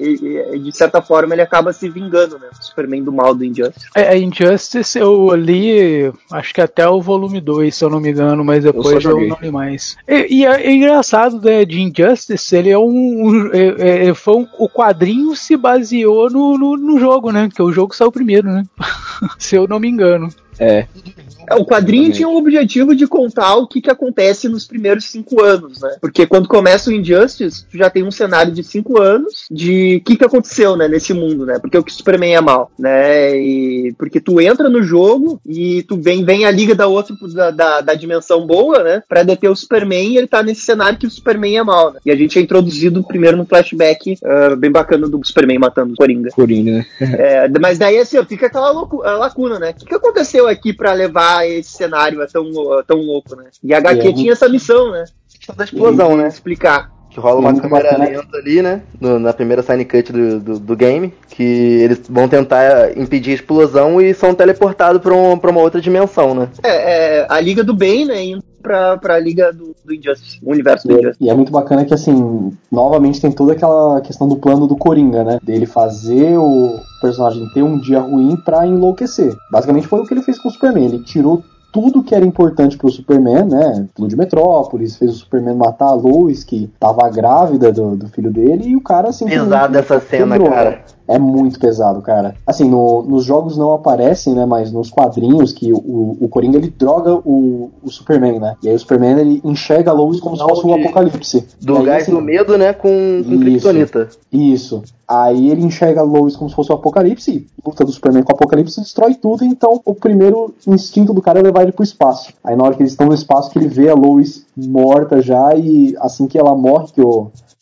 de certa forma, ele acaba se vingando, né? O Superman do mal do Injustice. É, Injustice eu li, acho que até o volume dois, se eu não me engano, mas depois eu, eu não li mais. E, e é, é engraçado, né, de Injustice, ele é um... um é, é, foi um, o quadrinho se baseou no, no, no jogo, né? Porque o jogo saiu primeiro, né? Se eu não me engano. É. É, o quadrinho tinha o objetivo de contar o que, que acontece nos primeiros cinco anos, né? Porque quando começa o Injustice, tu já tem um cenário de cinco anos de o que, que aconteceu, né, nesse mundo, né? Porque o que o Superman é mal, né? E porque tu entra no jogo e tu vem, vem a liga da outra da, da, da dimensão boa, né? Pra deter o Superman e ele tá nesse cenário que o Superman é mal, né? E a gente é introduzido primeiro no flashback uh, bem bacana do Superman matando o Coringa. Coringa, né? É, mas daí assim, fica aquela loucu- lacuna, né? O que, que aconteceu aqui pra levar esse cenário tão, tão louco, né? E a H Q é, tinha essa missão, né? Questão da explosão, né? Explicar. Que rola uma câmera lenta ali, né? No, na primeira sign cut do, do, do game. Que eles vão tentar impedir a explosão e são teleportados pra, um, pra uma outra dimensão, né? É, é a Liga do Bem, né? Indo pra, pra Liga do, do Injustice. O universo do e, Injustice. E é muito bacana que, assim, novamente tem toda aquela questão do plano do Coringa, né? Dele fazer o personagem ter um dia ruim pra enlouquecer. Basicamente foi o que ele fez com o Superman. Ele tirou tudo que era importante pro Superman, né? Tudo de Metrópolis, fez o Superman matar a Lois, que tava grávida do, do filho dele, e o cara assim. Pesado essa cena, quebrou, cara. Né? É muito pesado, cara. Assim, no, nos jogos não aparecem, né? Mas nos quadrinhos, que o, o Coringa, ele droga o, o Superman, né? E aí o Superman, ele enxerga a Lois como se fosse um apocalipse. Do aí, gás assim, do medo, né? Com, com Kryptonita. Isso. Aí ele enxerga a Lois como se fosse o apocalipse, luta do Superman com o apocalipse, destrói tudo, então o primeiro instinto do cara é levar ele pro espaço. Aí na hora que eles estão no espaço, que ele vê a Lois morta já, e assim que ela morre, que o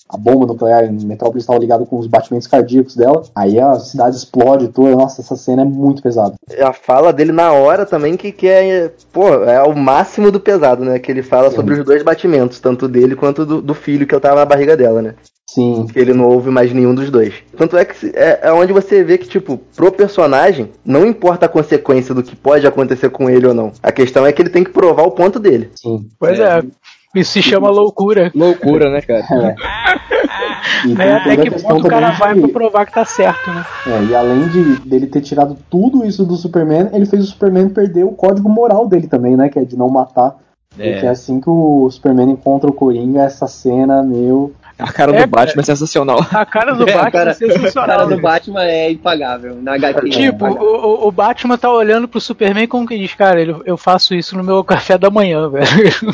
a bomba nuclear em Metrópolis estava ligada com os batimentos cardíacos dela, aí a cidade explode toda. Nossa, essa cena é muito pesada. A fala dele na hora também, que, que é, pô, é o máximo do pesado, né? Que ele fala Sim. sobre os dois batimentos, tanto dele quanto do, do filho que eu tava na barriga dela, né? Sim. Que ele não ouve mais nenhum dos dois. Tanto é que é, é onde você vê que, tipo, pro personagem, não importa a consequência do que pode acontecer com ele ou não. A questão é que ele tem que provar o ponto dele. Sim. Pois é. é. Isso se chama loucura. Loucura, né, cara? É. E é até que ponto o cara vai de... pra provar que tá certo, né? É, e além de dele ter tirado tudo isso do Superman, ele fez o Superman perder o código moral dele também, né? Que é de não matar. É. Porque é assim que o Superman encontra o Coringa, essa cena, meu... A cara do é, Batman é sensacional. A cara do Batman é, cara, é sensacional. A cara do Batman é impagável. Na H Q, tipo, é o, o Batman tá olhando pro Superman como que diz, cara, ele, eu faço isso no meu café da manhã, velho.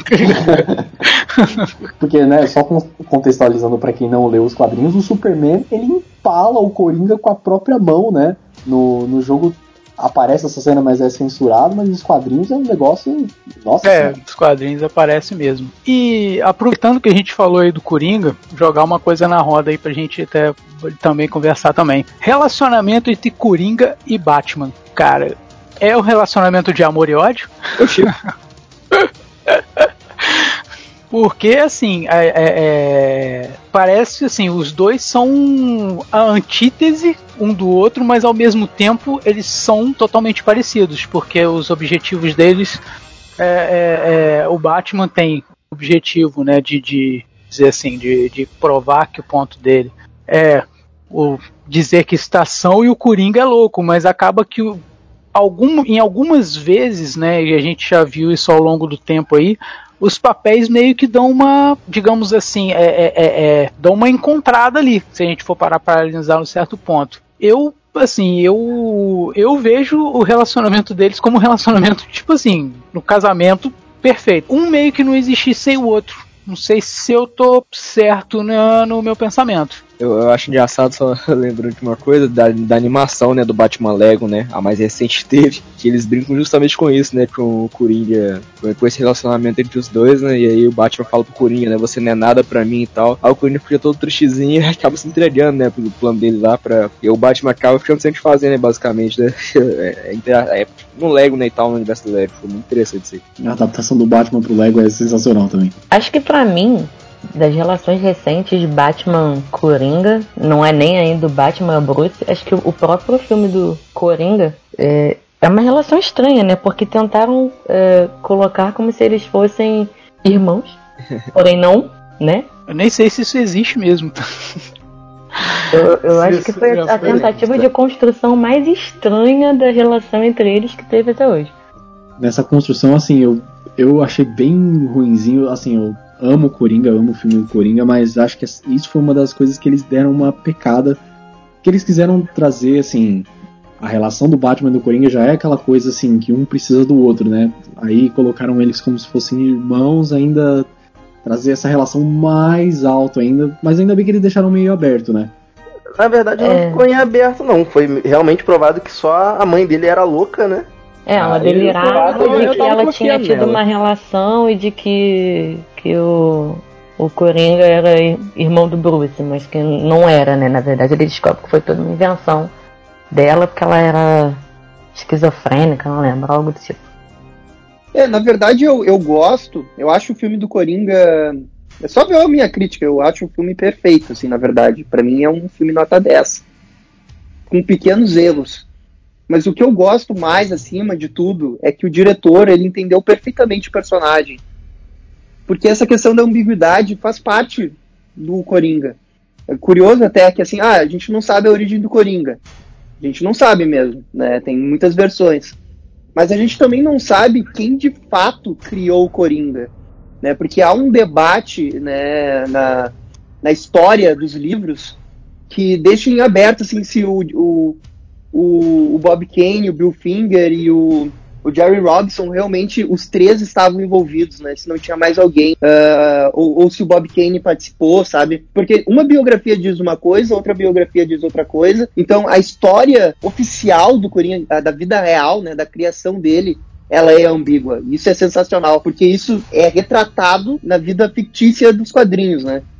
Porque, né, só contextualizando pra quem não leu os quadrinhos, o Superman, ele empala o Coringa com a própria mão, né? No, no jogo aparece essa cena, mas é censurado, mas nos quadrinhos é um negócio... Nossa É, senhora. nos quadrinhos aparece mesmo. E aproveitando que a gente falou aí do Coringa, jogar uma coisa na roda aí pra gente até também conversar também. Relacionamento entre Coringa e Batman. Cara, é o relacionamento de amor e ódio? Porque, assim, é, é, é, parece assim, os dois são a antítese um do outro, mas ao mesmo tempo eles são totalmente parecidos, porque os objetivos deles, é, é, é, o Batman tem o objetivo, né, de, de dizer assim, de, de provar que o ponto dele é o dizer que está são, e o Coringa é louco, mas acaba que o, algum, em algumas vezes, né, e a gente já viu isso ao longo do tempo aí, os papéis meio que dão uma, digamos assim, é, é, é, dão uma encontrada ali, se a gente for parar para analisar um certo ponto. Eu, assim, eu, eu vejo o relacionamento deles como um relacionamento, tipo assim, no casamento perfeito. Um meio que não existisse sem o outro. Não sei se eu tô certo no, no meu pensamento. Eu, eu acho engraçado, só lembrando de uma coisa, da, da animação, né, do Batman Lego, né, a mais recente teve, que eles brincam justamente com isso, né, com o Coringa, com esse relacionamento entre os dois, né, e aí o Batman fala pro Coringa, né, você não é nada pra mim e tal. Aí o Coringa fica todo tristezinho e acaba se entregando, né, pro plano dele lá, pra... e o Batman acaba ficando sem o que fazer, né, basicamente, né, é, é, é, no Lego, né, e tal, no universo do Lego, foi muito interessante isso aí. A adaptação do Batman pro Lego é sensacional também. Acho que pra mim, das relações recentes Batman-Coringa, não é nem ainda o Batman-Bruce, acho que o próprio filme do Coringa é, é uma relação estranha, né? Porque tentaram é, colocar como se eles fossem irmãos, porém não, né? Eu nem sei se isso existe mesmo. Eu, eu acho que foi a tentativa de construção mais estranha da relação entre eles que teve até hoje. Nessa construção, assim, eu, eu achei bem ruinzinho, assim, eu amo o Coringa, amo o filme do Coringa, mas acho que isso foi uma das coisas que eles deram uma pecada, que eles quiseram trazer, assim, a relação do Batman e do Coringa já é aquela coisa, assim, que um precisa do outro, né? Aí colocaram eles como se fossem irmãos, ainda trazer essa relação mais alto ainda, mas ainda bem que eles deixaram meio aberto, né? Na verdade, é. não ficou em aberto, não. Foi realmente provado que só a mãe dele era louca, né? É, ela Ah, delirava eu- eu de que tava ela confiando tinha tido nela. uma relação e de que, que o, o Coringa era i- irmão do Bruce, mas que não era, né? Na verdade, ele descobre que foi toda uma invenção dela, porque ela era esquizofrênica, não lembro, algo do tipo. É, na verdade eu, eu gosto, eu acho o filme do Coringa, é só ver a minha crítica, eu acho o filme perfeito, assim, na verdade. Pra mim é um filme nota dez, com pequenos erros. Mas o que eu gosto mais, acima de tudo, é que o diretor, ele entendeu perfeitamente o personagem. Porque essa questão da ambiguidade faz parte do Coringa. É curioso até que, assim, ah, a gente não sabe a origem do Coringa. A gente não sabe mesmo, né? Tem muitas versões. Mas a gente também não sabe quem de fato criou o Coringa, né? Porque há um debate, né, na, na história dos livros que deixa em aberto, assim, se o, o, o, o Bob Kane, o Bill Finger e o, o Jerry Robinson, realmente os três estavam envolvidos, né? Se não tinha mais alguém, uh, ou, ou se o Bob Kane participou, sabe? Porque uma biografia diz uma coisa, outra biografia diz outra coisa. Então a história oficial do Coringa, da vida real, né, da criação dele, ela é ambígua. Isso é sensacional, porque isso é retratado na vida fictícia dos quadrinhos, né?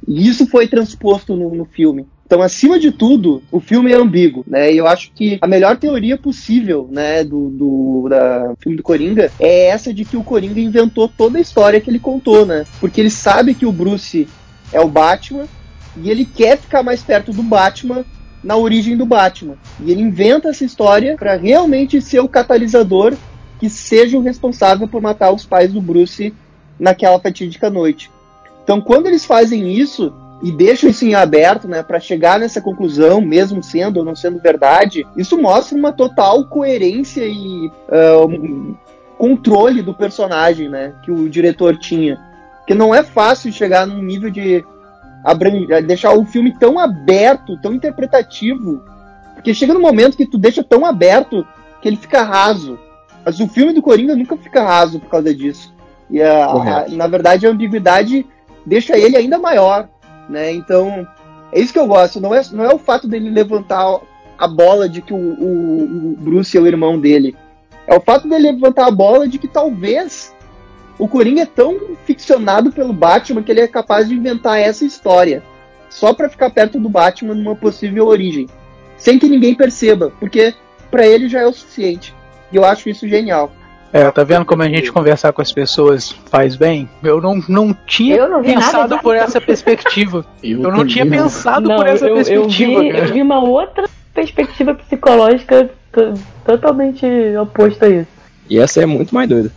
E isso foi transposto no, no filme. Então, acima de tudo, o filme é ambíguo, né? E eu acho que a melhor teoria possível, né, do, do da filme do Coringa é essa de que o Coringa inventou toda a história que ele contou, né? Porque ele sabe que o Bruce é o Batman e ele quer ficar mais perto do Batman na origem do Batman. E ele inventa essa história para realmente ser o catalisador que seja o responsável por matar os pais do Bruce naquela fatídica noite. Então, quando eles fazem isso e deixam isso em aberto, né, para chegar nessa conclusão, mesmo sendo ou não sendo verdade, isso mostra uma total coerência e uh, um controle do personagem, né, que o diretor tinha. Porque não é fácil chegar num nível de abran- deixar o filme tão aberto, tão interpretativo, porque chega num momento que tu deixa tão aberto que ele fica raso. Mas o filme do Coringa nunca fica raso por causa disso. E a, a, na verdade a ambiguidade deixa ele ainda maior, né? Então é isso que eu gosto. Não é, não é o fato dele levantar a bola de que o, o, o Bruce é o irmão dele. É o fato dele levantar a bola de que talvez o Coringa é tão ficcionado pelo Batman que ele é capaz de inventar essa história só pra ficar perto do Batman numa possível origem, sem que ninguém perceba, porque pra ele já é o suficiente. E eu acho isso genial. É, tá vendo como a gente conversar com as pessoas faz bem? Eu não, não tinha Eu não vi pensado nada por essa perspectiva. Eu, eu não tinha também não. pensado Não, por essa eu, perspectiva, eu vi, cara. eu vi uma outra perspectiva psicológica t- totalmente oposta a isso. E essa é muito mais doida.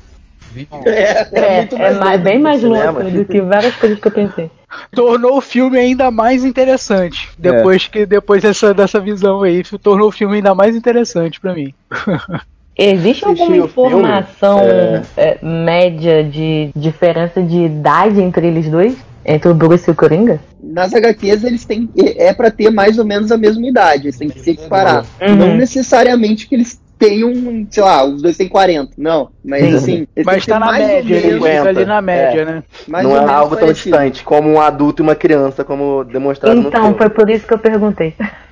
É, É, muito é mais, bem mais cinema. louca do que várias coisas que eu pensei. Tornou o filme ainda mais interessante. Depois que depois dessa, dessa visão aí, tornou o filme ainda mais interessante pra mim. Existe Assisti alguma o filme, informação é. é, média de diferença de idade entre eles dois? Entre o Bruce e o Coringa? Nas agá quês eles têm, é pra ter mais ou menos a mesma idade, eles têm que se equiparar. Uhum. Não necessariamente que eles tenham, sei lá, os dois têm quarenta, não. Mas Sim. assim, eles Mas têm tá que ter na mais média, ou ele menos, fica ali na média, é. né? mais Não ou é menos algo tão parecido. distante como um adulto e uma criança, como demonstrado no Então, filme. foi por isso que eu perguntei.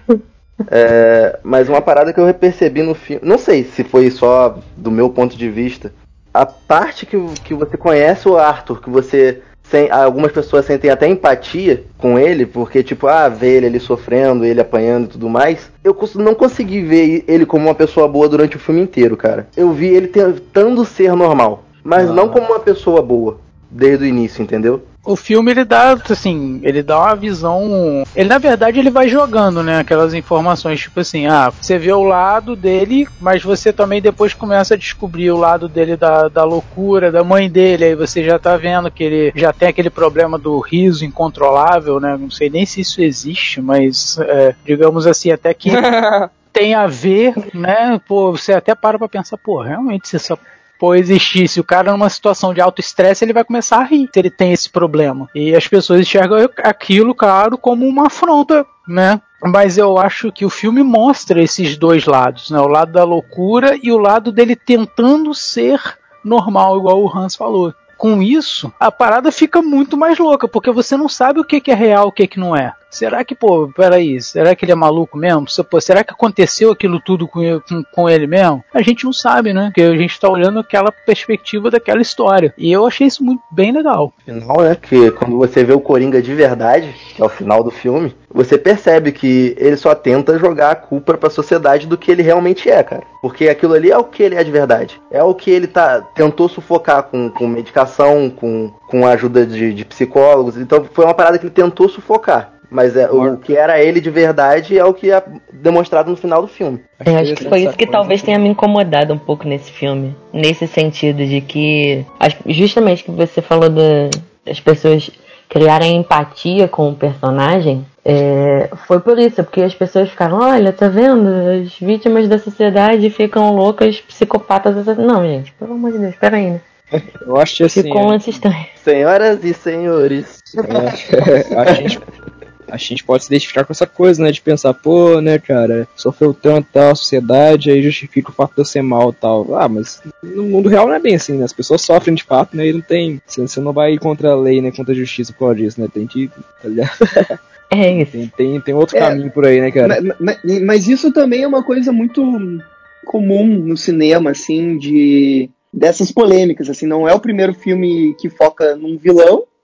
É, mas uma parada que eu percebi no filme, não sei se foi só do meu ponto de vista, a parte que, que você conhece o Arthur, que você sem, algumas pessoas sentem até empatia com ele, porque tipo, ah, ver ele ali sofrendo, ele apanhando e tudo mais, eu cons- não consegui ver ele como uma pessoa boa durante o filme inteiro, cara. Eu vi ele tentando ser normal, mas Ah. não como uma pessoa boa, desde o início, entendeu? O filme ele dá, assim, ele dá uma visão. Ele na verdade ele vai jogando, né, aquelas informações, tipo assim, ah, você vê o lado dele, mas você também depois começa a descobrir o lado dele da, da loucura, da mãe dele, aí você já tá vendo que ele já tem aquele problema do riso incontrolável, né? Não sei nem se isso existe, mas é, digamos assim, até que tem a ver, né? Pô, você até para pra pensar, pô, realmente se essa pô, existisse o cara numa situação de alto estresse, ele vai começar a rir se ele tem esse problema. E as pessoas enxergam aquilo, claro, como uma afronta, né? Mas eu acho que o filme mostra esses dois lados, né? O lado da loucura e o lado dele tentando ser normal, igual o Hans falou. Com isso, a parada fica muito mais louca, porque você não sabe o que, que é real, o que, que não é. Será que, pô, peraí, será que ele é maluco mesmo? Pô, será que aconteceu aquilo tudo com ele, com, com ele mesmo? A gente não sabe, né? Porque a gente tá olhando aquela perspectiva daquela história. E eu achei isso muito bem legal. Final, né? Que quando você vê o Coringa de verdade, que é o final do filme, você percebe que ele só tenta jogar a culpa pra sociedade do que ele realmente é, cara. Porque aquilo ali é o que ele é de verdade. É o que ele tá tentou sufocar com, com medicação, com, com a ajuda de, de psicólogos. Então foi uma parada que ele tentou sufocar. Mas é, o que era ele de verdade é o que é demonstrado no final do filme. Eu acho que foi isso que talvez tenha me incomodado um pouco nesse filme. Nesse sentido de que, justamente que você falou da, das pessoas criarem empatia com o personagem, é, foi por isso, porque as pessoas ficaram, olha, tá vendo? As vítimas da sociedade ficam loucas, psicopatas. Não, gente, pelo amor de Deus, peraí, né? Eu acho que assim. Ficou um lance estranho. Senhoras e senhores. É, a gente. A gente pode se identificar com essa coisa, né? De pensar, pô, né, cara, sofreu tanto tal, a sociedade, aí justifica o fato de eu ser mal e tal. Ah, mas no mundo real não é bem assim, né? As pessoas sofrem de fato, né? E não tem. Você não vai ir contra a lei, né? Contra a justiça por causa disso, né? Tem que. É isso. Tem, tem, tem outro É, caminho por aí, né, cara? Mas, mas, mas isso também é uma coisa muito comum no cinema, assim, de dessas polêmicas, assim, não é o primeiro filme que foca num vilão,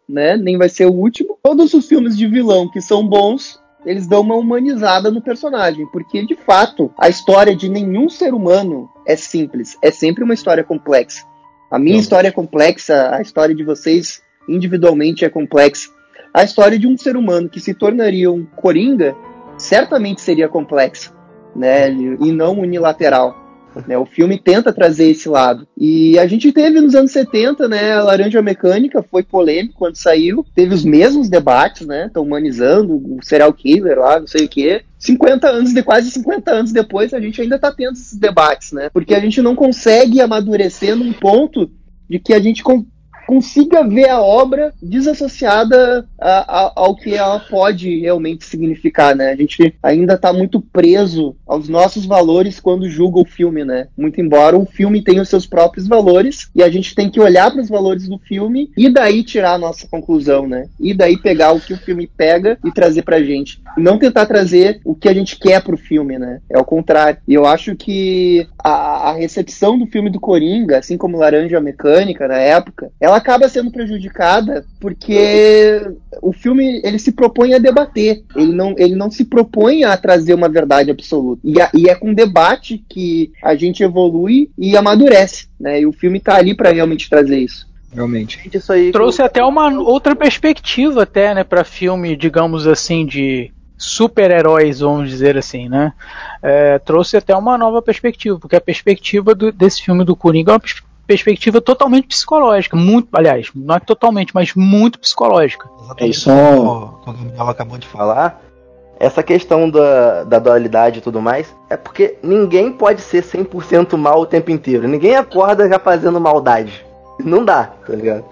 né? Nem vai ser o último. Todos os filmes de vilão que são bons, eles dão uma humanizada no personagem, porque, de fato, a história de nenhum ser humano é simples. É sempre uma história complexa. A minha Não. história é complexa, a história de vocês individualmente é complexa. A história de um ser humano que se tornaria um Coringa certamente seria complexa, né? E não unilateral. Né, o filme tenta trazer esse lado. E a gente teve nos anos setenta, né, a Laranja Mecânica foi polêmico quando saiu. Teve os mesmos debates, né? Estão humanizando o serial killer lá, não sei o quê. cinquenta anos, de quase cinquenta anos depois, a gente ainda está tendo esses debates, né? Porque a gente não consegue amadurecer num ponto de que a gente con- consiga ver a obra desassociada a, a, ao que ela pode realmente significar, né? A gente ainda está muito preso aos nossos valores quando julga o filme, né? Muito embora o filme tenha os seus próprios valores e a gente tem que olhar para os valores do filme e daí tirar a nossa conclusão, né? E daí pegar o que o filme pega e trazer pra gente. E não tentar trazer o que a gente quer pro filme, né? É o contrário. E eu acho que a, a recepção do filme do Coringa, assim como Laranja Mecânica na época, ela acaba sendo prejudicada porque o filme, ele se propõe a debater, ele não, ele não se propõe a trazer uma verdade absoluta, e, a, e é com debate que a gente evolui e amadurece, né, e o filme tá ali para realmente trazer isso. Realmente. Isso aí trouxe até uma outra perspectiva até, né, para filme, digamos assim, de super-heróis, vamos dizer assim, né, é, trouxe até uma nova perspectiva, porque a perspectiva do, desse filme do Coringa é uma perspectiva totalmente psicológica, muito, aliás, não é totalmente, mas muito psicológica. É isso, como o Gabriel acabou de falar, essa questão da, da dualidade e tudo mais, é porque ninguém pode ser cem por cento mal o tempo inteiro, ninguém acorda já fazendo maldade, não dá, tá ligado?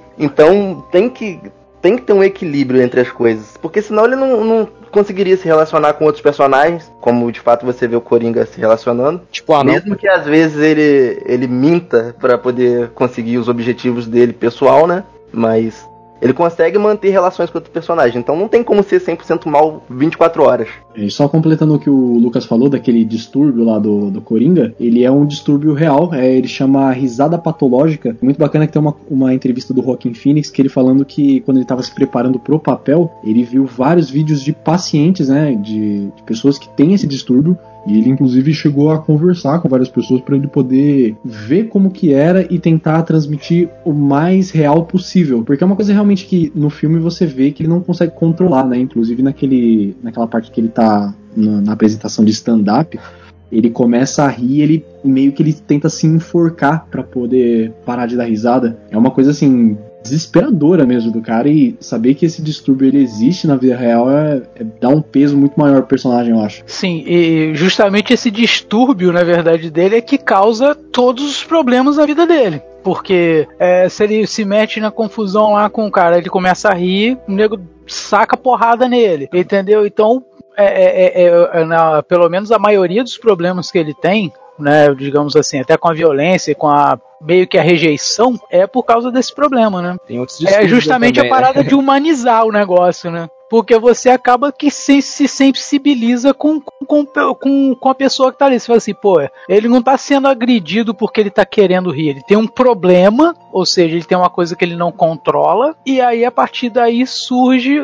Então tem que, tem que ter um equilíbrio entre as coisas, porque senão ele não, não conseguiria se relacionar com outros personagens, como de fato você vê o Coringa se relacionando. Tipo, ah, mesmo não. que às vezes ele, ele minta pra poder conseguir os objetivos dele pessoal, né? Mas ele consegue manter relações com outro personagem, então não tem como ser cem por cento mal vinte e quatro horas. E só completando o que o Lucas falou, daquele distúrbio lá do, do Coringa, ele é um distúrbio real, é, ele chama risada patológica. Muito bacana que tem uma, uma entrevista do Joaquin Phoenix, que ele falando que quando ele estava se preparando pro papel, ele viu vários vídeos de pacientes, né, de, de pessoas que têm esse distúrbio, e ele inclusive chegou a conversar com várias pessoas para ele poder ver como que era e tentar transmitir o mais real possível, porque é uma coisa realmente que no filme você vê que ele não consegue controlar, né, inclusive naquele, naquela parte que ele tá na, na apresentação de stand-up, ele começa a rir, ele meio que ele tenta se enforcar para poder parar de dar risada. É uma coisa assim desesperadora mesmo do cara, e saber que esse distúrbio ele existe na vida real é, é dá um peso muito maior pro personagem, eu acho. Sim, e justamente esse distúrbio, na verdade, dele é que causa todos os problemas na vida dele. Porque é, se ele se mete na confusão lá com o cara, ele começa a rir, o nego saca porrada nele, entendeu? Então, é, é, é, é, na, pelo menos a maioria dos problemas que ele tem, né, digamos assim, até com a violência, com a meio que a rejeição, é por causa desse problema, né? Tem outros é justamente também, a parada, né, de humanizar o negócio, né? Porque você acaba que se, se sensibiliza com, com, com, com a pessoa que tá ali. Você fala assim, pô, ele não tá sendo agredido porque ele tá querendo rir. Ele tem um problema, ou seja, ele tem uma coisa que ele não controla, e aí a partir daí surge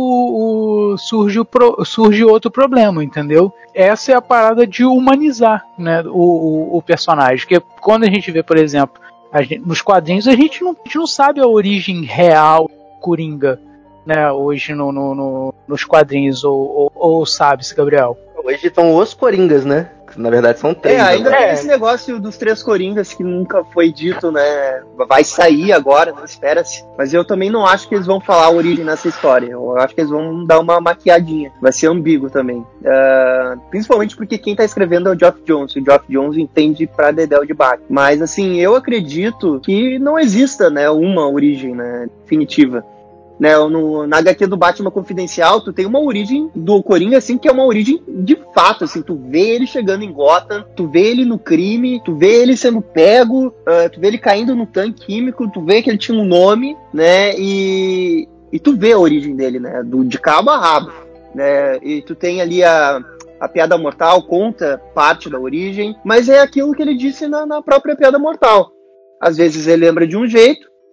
o, o, surge, o pro, surge outro problema, entendeu? Essa é a parada de humanizar, né, o, o, o personagem. Porque quando a gente vê, por exemplo, a gente, nos quadrinhos, a gente, não, a gente não sabe a origem real do Coringa, né, hoje no, no, no, nos quadrinhos, ou, ou, ou sabe-se, Gabriel? Hoje estão os Coringas, né? Na verdade são três. É, ainda né? tem esse negócio dos três Coringas que nunca foi dito, né? Vai sair agora, né? Espera-se. Mas eu também não acho que eles vão falar a origem nessa história. Eu acho que eles vão dar uma maquiadinha. Vai ser ambíguo também. Uh, principalmente porque quem tá escrevendo é o Geoff Johns. O Geoff Johns entende pra dedéu de Batman. Mas, assim, eu acredito que não exista, né, uma origem, né, definitiva. Né, no, na agá quê do Batman Confidencial, tu tem uma origem do Coringa, assim, que é uma origem de fato, assim, tu vê ele chegando em Gotham, tu vê ele no crime, tu vê ele sendo pego, uh, tu vê ele caindo no tanque químico, tu vê que ele tinha um nome, né, e, e tu vê a origem dele, né, do, de cabo a rabo, né, e tu tem ali a, a Piada Mortal, conta parte da origem, mas é aquilo que ele disse na, na própria Piada Mortal. Às vezes ele lembra de um jeito,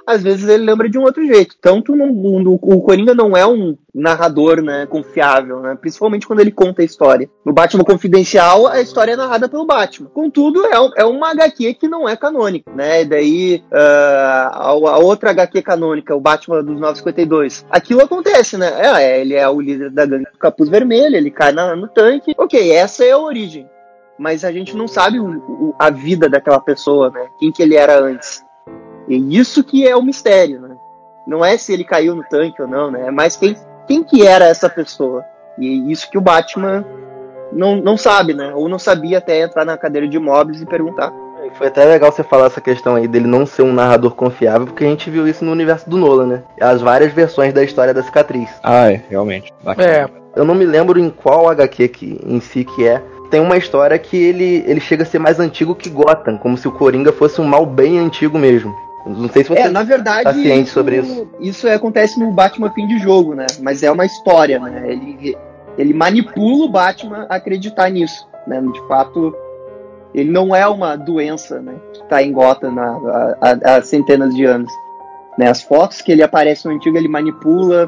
às vezes ele lembra de um outro jeito. Tanto no, no, o Coringa não é um narrador, né, confiável, né, principalmente quando ele conta a história. No Batman Confidencial, a história é narrada pelo Batman. Contudo, é, é uma agá quê que não é canônica, né, e daí uh, a, a outra agá quê canônica, o Batman dos novecentos e cinquenta e dois, aquilo acontece, né, é, ele é o líder da gangue do Capuz Vermelho, ele cai na, no tanque, ok, essa é a origem. Mas a gente não sabe o, o, a vida daquela pessoa, né, quem que ele era antes. E isso que é o mistério, né? Não é se ele caiu no tanque ou não, né? É mais quem, quem que era essa pessoa. E isso que o Batman não, não sabe, né? Ou não sabia até entrar na cadeira de imóveis e perguntar. Foi até legal você falar essa questão aí dele não ser um narrador confiável, porque a gente viu isso no universo do Nolan, né? As várias versões da história da cicatriz. Ah, é, realmente. Bacana. É. Eu não me lembro em qual agá quê que, em si que é. Tem uma história que ele, ele chega a ser mais antigo que Gotham, como se o Coringa fosse um mal bem antigo mesmo. Não sei se você é, na verdade, tá ciente isso, sobre isso. Isso acontece no Batman fim de jogo, né? Mas é uma história, né? Ele, ele manipula o Batman a acreditar nisso, né? De fato, ele não é uma doença, né? Que tá em Gotham há, há, há centenas de anos. Né? As fotos que ele aparece no antigo, ele manipula,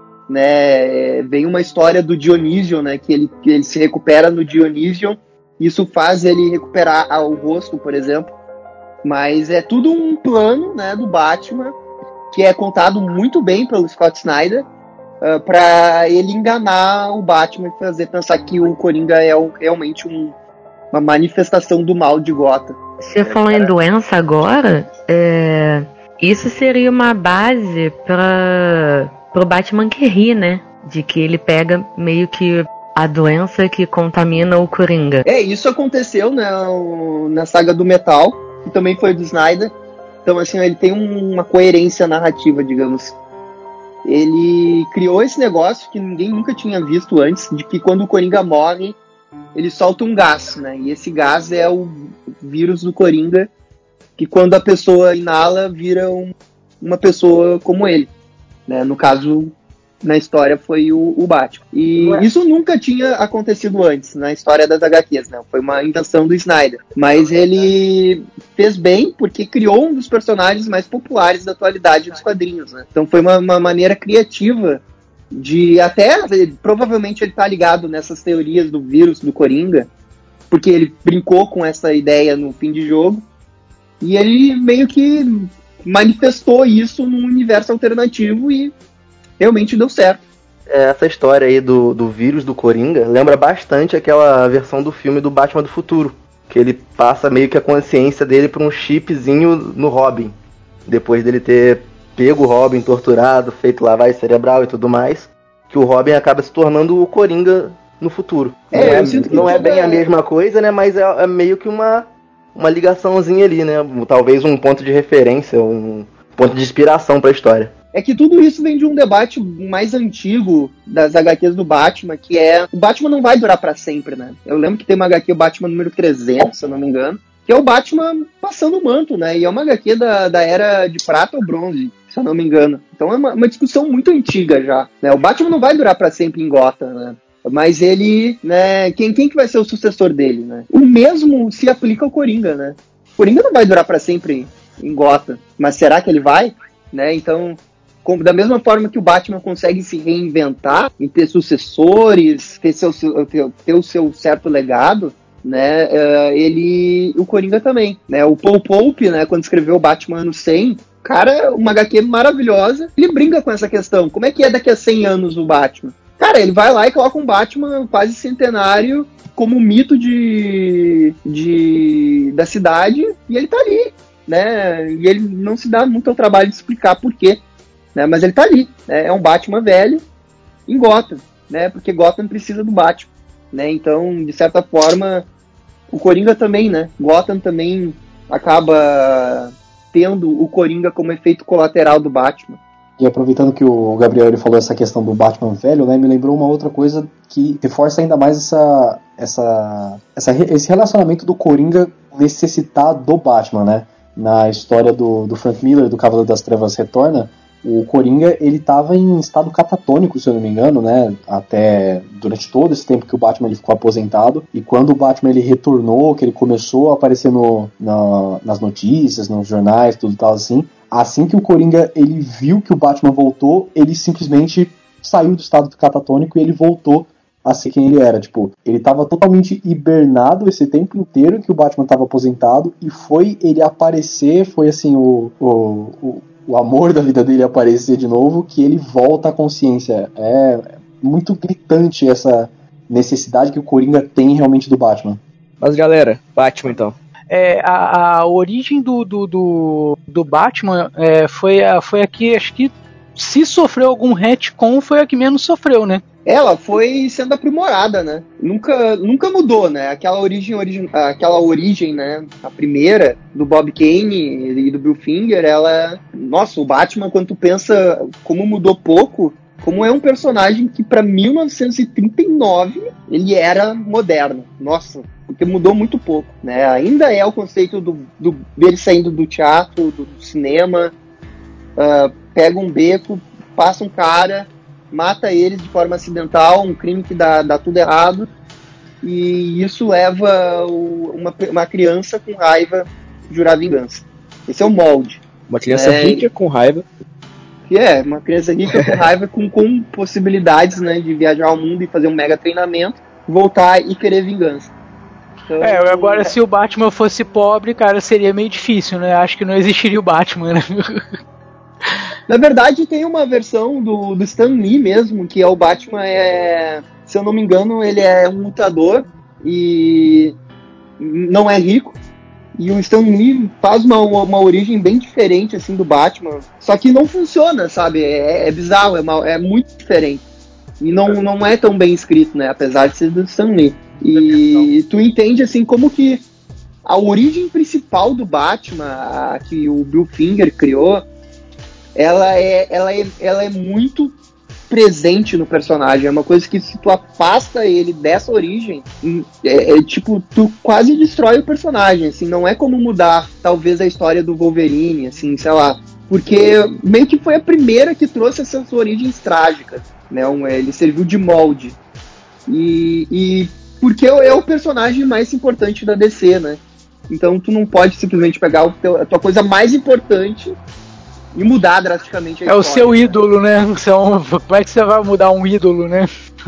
né? Vem uma história do Dionísio, né? Que ele, que ele se recupera no Dionísio. Isso faz ele recuperar o rosto, por exemplo. Mas é tudo um plano, né, do Batman, que é contado muito bem pelo Scott Snyder, uh, para ele enganar o Batman e fazer pensar que o Coringa é um, realmente um, uma manifestação do mal de Gotham. Você falou em doença agora, é, isso seria uma base para o Batman que ri, né? De que ele pega meio que a doença que contamina o Coringa. É, isso aconteceu, né, na saga do Metal, que também foi do Snyder. Então, assim, ele tem um, uma coerência narrativa, digamos. Ele criou esse negócio que ninguém nunca tinha visto antes, de que quando o Coringa morre, ele solta um gás, né? E esse gás é o vírus do Coringa, que quando a pessoa inala, vira um, uma pessoa como ele, né? No caso, na história, foi o, o Batman. E é. Isso nunca tinha acontecido antes na história das agá quês, né? Foi uma invenção do Snyder. Mas ele fez bem porque criou um dos personagens mais populares da atualidade dos quadrinhos, né? Então foi uma, uma maneira criativa de até... Provavelmente ele tá ligado nessas teorias do vírus do Coringa, porque ele brincou com essa ideia no fim de jogo e ele meio que manifestou isso num universo alternativo e realmente deu certo. Essa história aí do, do vírus do Coringa lembra bastante aquela versão do filme do Batman do Futuro, que ele passa meio que a consciência dele para um chipzinho no Robin, depois dele ter pego o Robin, torturado, feito lavagem cerebral e tudo mais, que o Robin acaba se tornando o Coringa no futuro. É, não é, eu sinto que não é bem é... a mesma coisa, né, mas é, é meio que uma, uma ligaçãozinha ali, né, talvez um ponto de referência, um ponto de inspiração para a história. É que tudo isso vem de um debate mais antigo das agá quês do Batman, que é... O Batman não vai durar pra sempre, né? Eu lembro que tem uma agá quê, o Batman número trezentos, se eu não me engano, que é o Batman passando o manto, né? E é uma agá quê da, da era de prata ou bronze, se eu não me engano. Então é uma, uma discussão muito antiga já, né? O Batman não vai durar pra sempre em Gotham, né? Mas ele, né... Quem, quem que vai ser o sucessor dele, né? O mesmo se aplica ao Coringa, né? O Coringa não vai durar pra sempre em Gotham, mas será que ele vai? Né? Então... Da mesma forma que o Batman consegue se reinventar e ter sucessores, ter, seu, ter, ter o seu certo legado, né, ele, o Coringa também, né, o Paul Pope, né, quando escreveu o Batman ano cem, cara, uma agá quê maravilhosa, ele brinca com essa questão, como é que é daqui a cem anos o Batman? Cara, ele vai lá e coloca um Batman quase centenário como mito de, de, da cidade, e ele tá ali, né, e ele não se dá muito ao trabalho de explicar por quê. Né, mas ele tá ali, né, é um Batman velho em Gotham, né, porque Gotham precisa do Batman, né, então, de certa forma, o Coringa também, né, Gotham também acaba tendo o Coringa como efeito colateral do Batman. E aproveitando que o Gabriel ele falou essa questão do Batman velho, né, me lembrou uma outra coisa que reforça ainda mais essa, essa, essa, esse relacionamento do Coringa necessitar do Batman, né, na história do, do Frank Miller, do Cavaleiro das Trevas Retorna. O Coringa, ele estava em estado catatônico, se eu não me engano, né, até durante todo esse tempo que o Batman ele ficou aposentado, e quando o Batman ele retornou, que ele começou a aparecer no, na, nas notícias, nos jornais, tudo tal assim, assim que o Coringa ele viu que o Batman voltou, ele simplesmente saiu do estado catatônico e ele voltou a ser quem ele era. Tipo, ele tava totalmente hibernado esse tempo inteiro que o Batman tava aposentado, e foi ele aparecer, foi assim, o, o, o, o amor da vida dele aparecer de novo, que ele volta à consciência. É muito gritante essa necessidade que o Coringa tem realmente do Batman. Mas galera, Batman então. É, a, a origem do, do, do, do Batman é, foi, a, foi a que, acho que, se sofreu algum retcon, foi a que menos sofreu, né? Ela foi sendo aprimorada, né? Nunca, nunca mudou, né? Aquela origem, origem, aquela origem, né? A primeira, do Bob Kane e do Bill Finger, ela... Nossa, o Batman, quando tu pensa como mudou pouco, como é um personagem que para mil novecentos e trinta e nove ele era moderno. Nossa, porque mudou muito pouco, né? Ainda é o conceito do, do, dele saindo do teatro, do, do cinema, uh, pega um beco, passa um cara, mata eles de forma acidental, um crime que dá, dá tudo errado, e isso leva o, uma, uma criança com raiva jurar vingança. Esse é o molde. Uma criança é, rica com raiva. Que é, uma criança rica com raiva, com, com possibilidades, né, de viajar ao mundo e fazer um mega treinamento, voltar e querer vingança. Então, é, agora é... se o Batman fosse pobre, cara, seria meio difícil, né? Acho que não existiria o Batman, né? Na verdade, tem uma versão do, do Stan Lee mesmo, que é o Batman, é, se eu não me engano, ele é um lutador e não é rico. E o Stan Lee faz uma, uma origem bem diferente, assim, do Batman. Só que não funciona, sabe? É, é bizarro, é, uma, é muito diferente. E não, não é tão bem escrito, né? Apesar de ser do Stan Lee. E tu entende, assim, como que a origem principal do Batman, a que o Bill Finger criou, ela é, ela é, ela é muito presente no personagem. É uma coisa que, se tu afasta ele dessa origem, é, é tipo, tu quase destrói o personagem, assim. Não é como mudar, talvez, a história do Wolverine, assim, sei lá, porque meio que foi a primeira que trouxe essas origens trágicas, né? Um, ele serviu de molde, e, e porque é o personagem mais importante da D C, né? Então tu não pode simplesmente pegar o teu, a tua coisa mais importante e mudar drasticamente a é história. É o seu né? ídolo, né? Então, como é que você vai mudar um ídolo, né?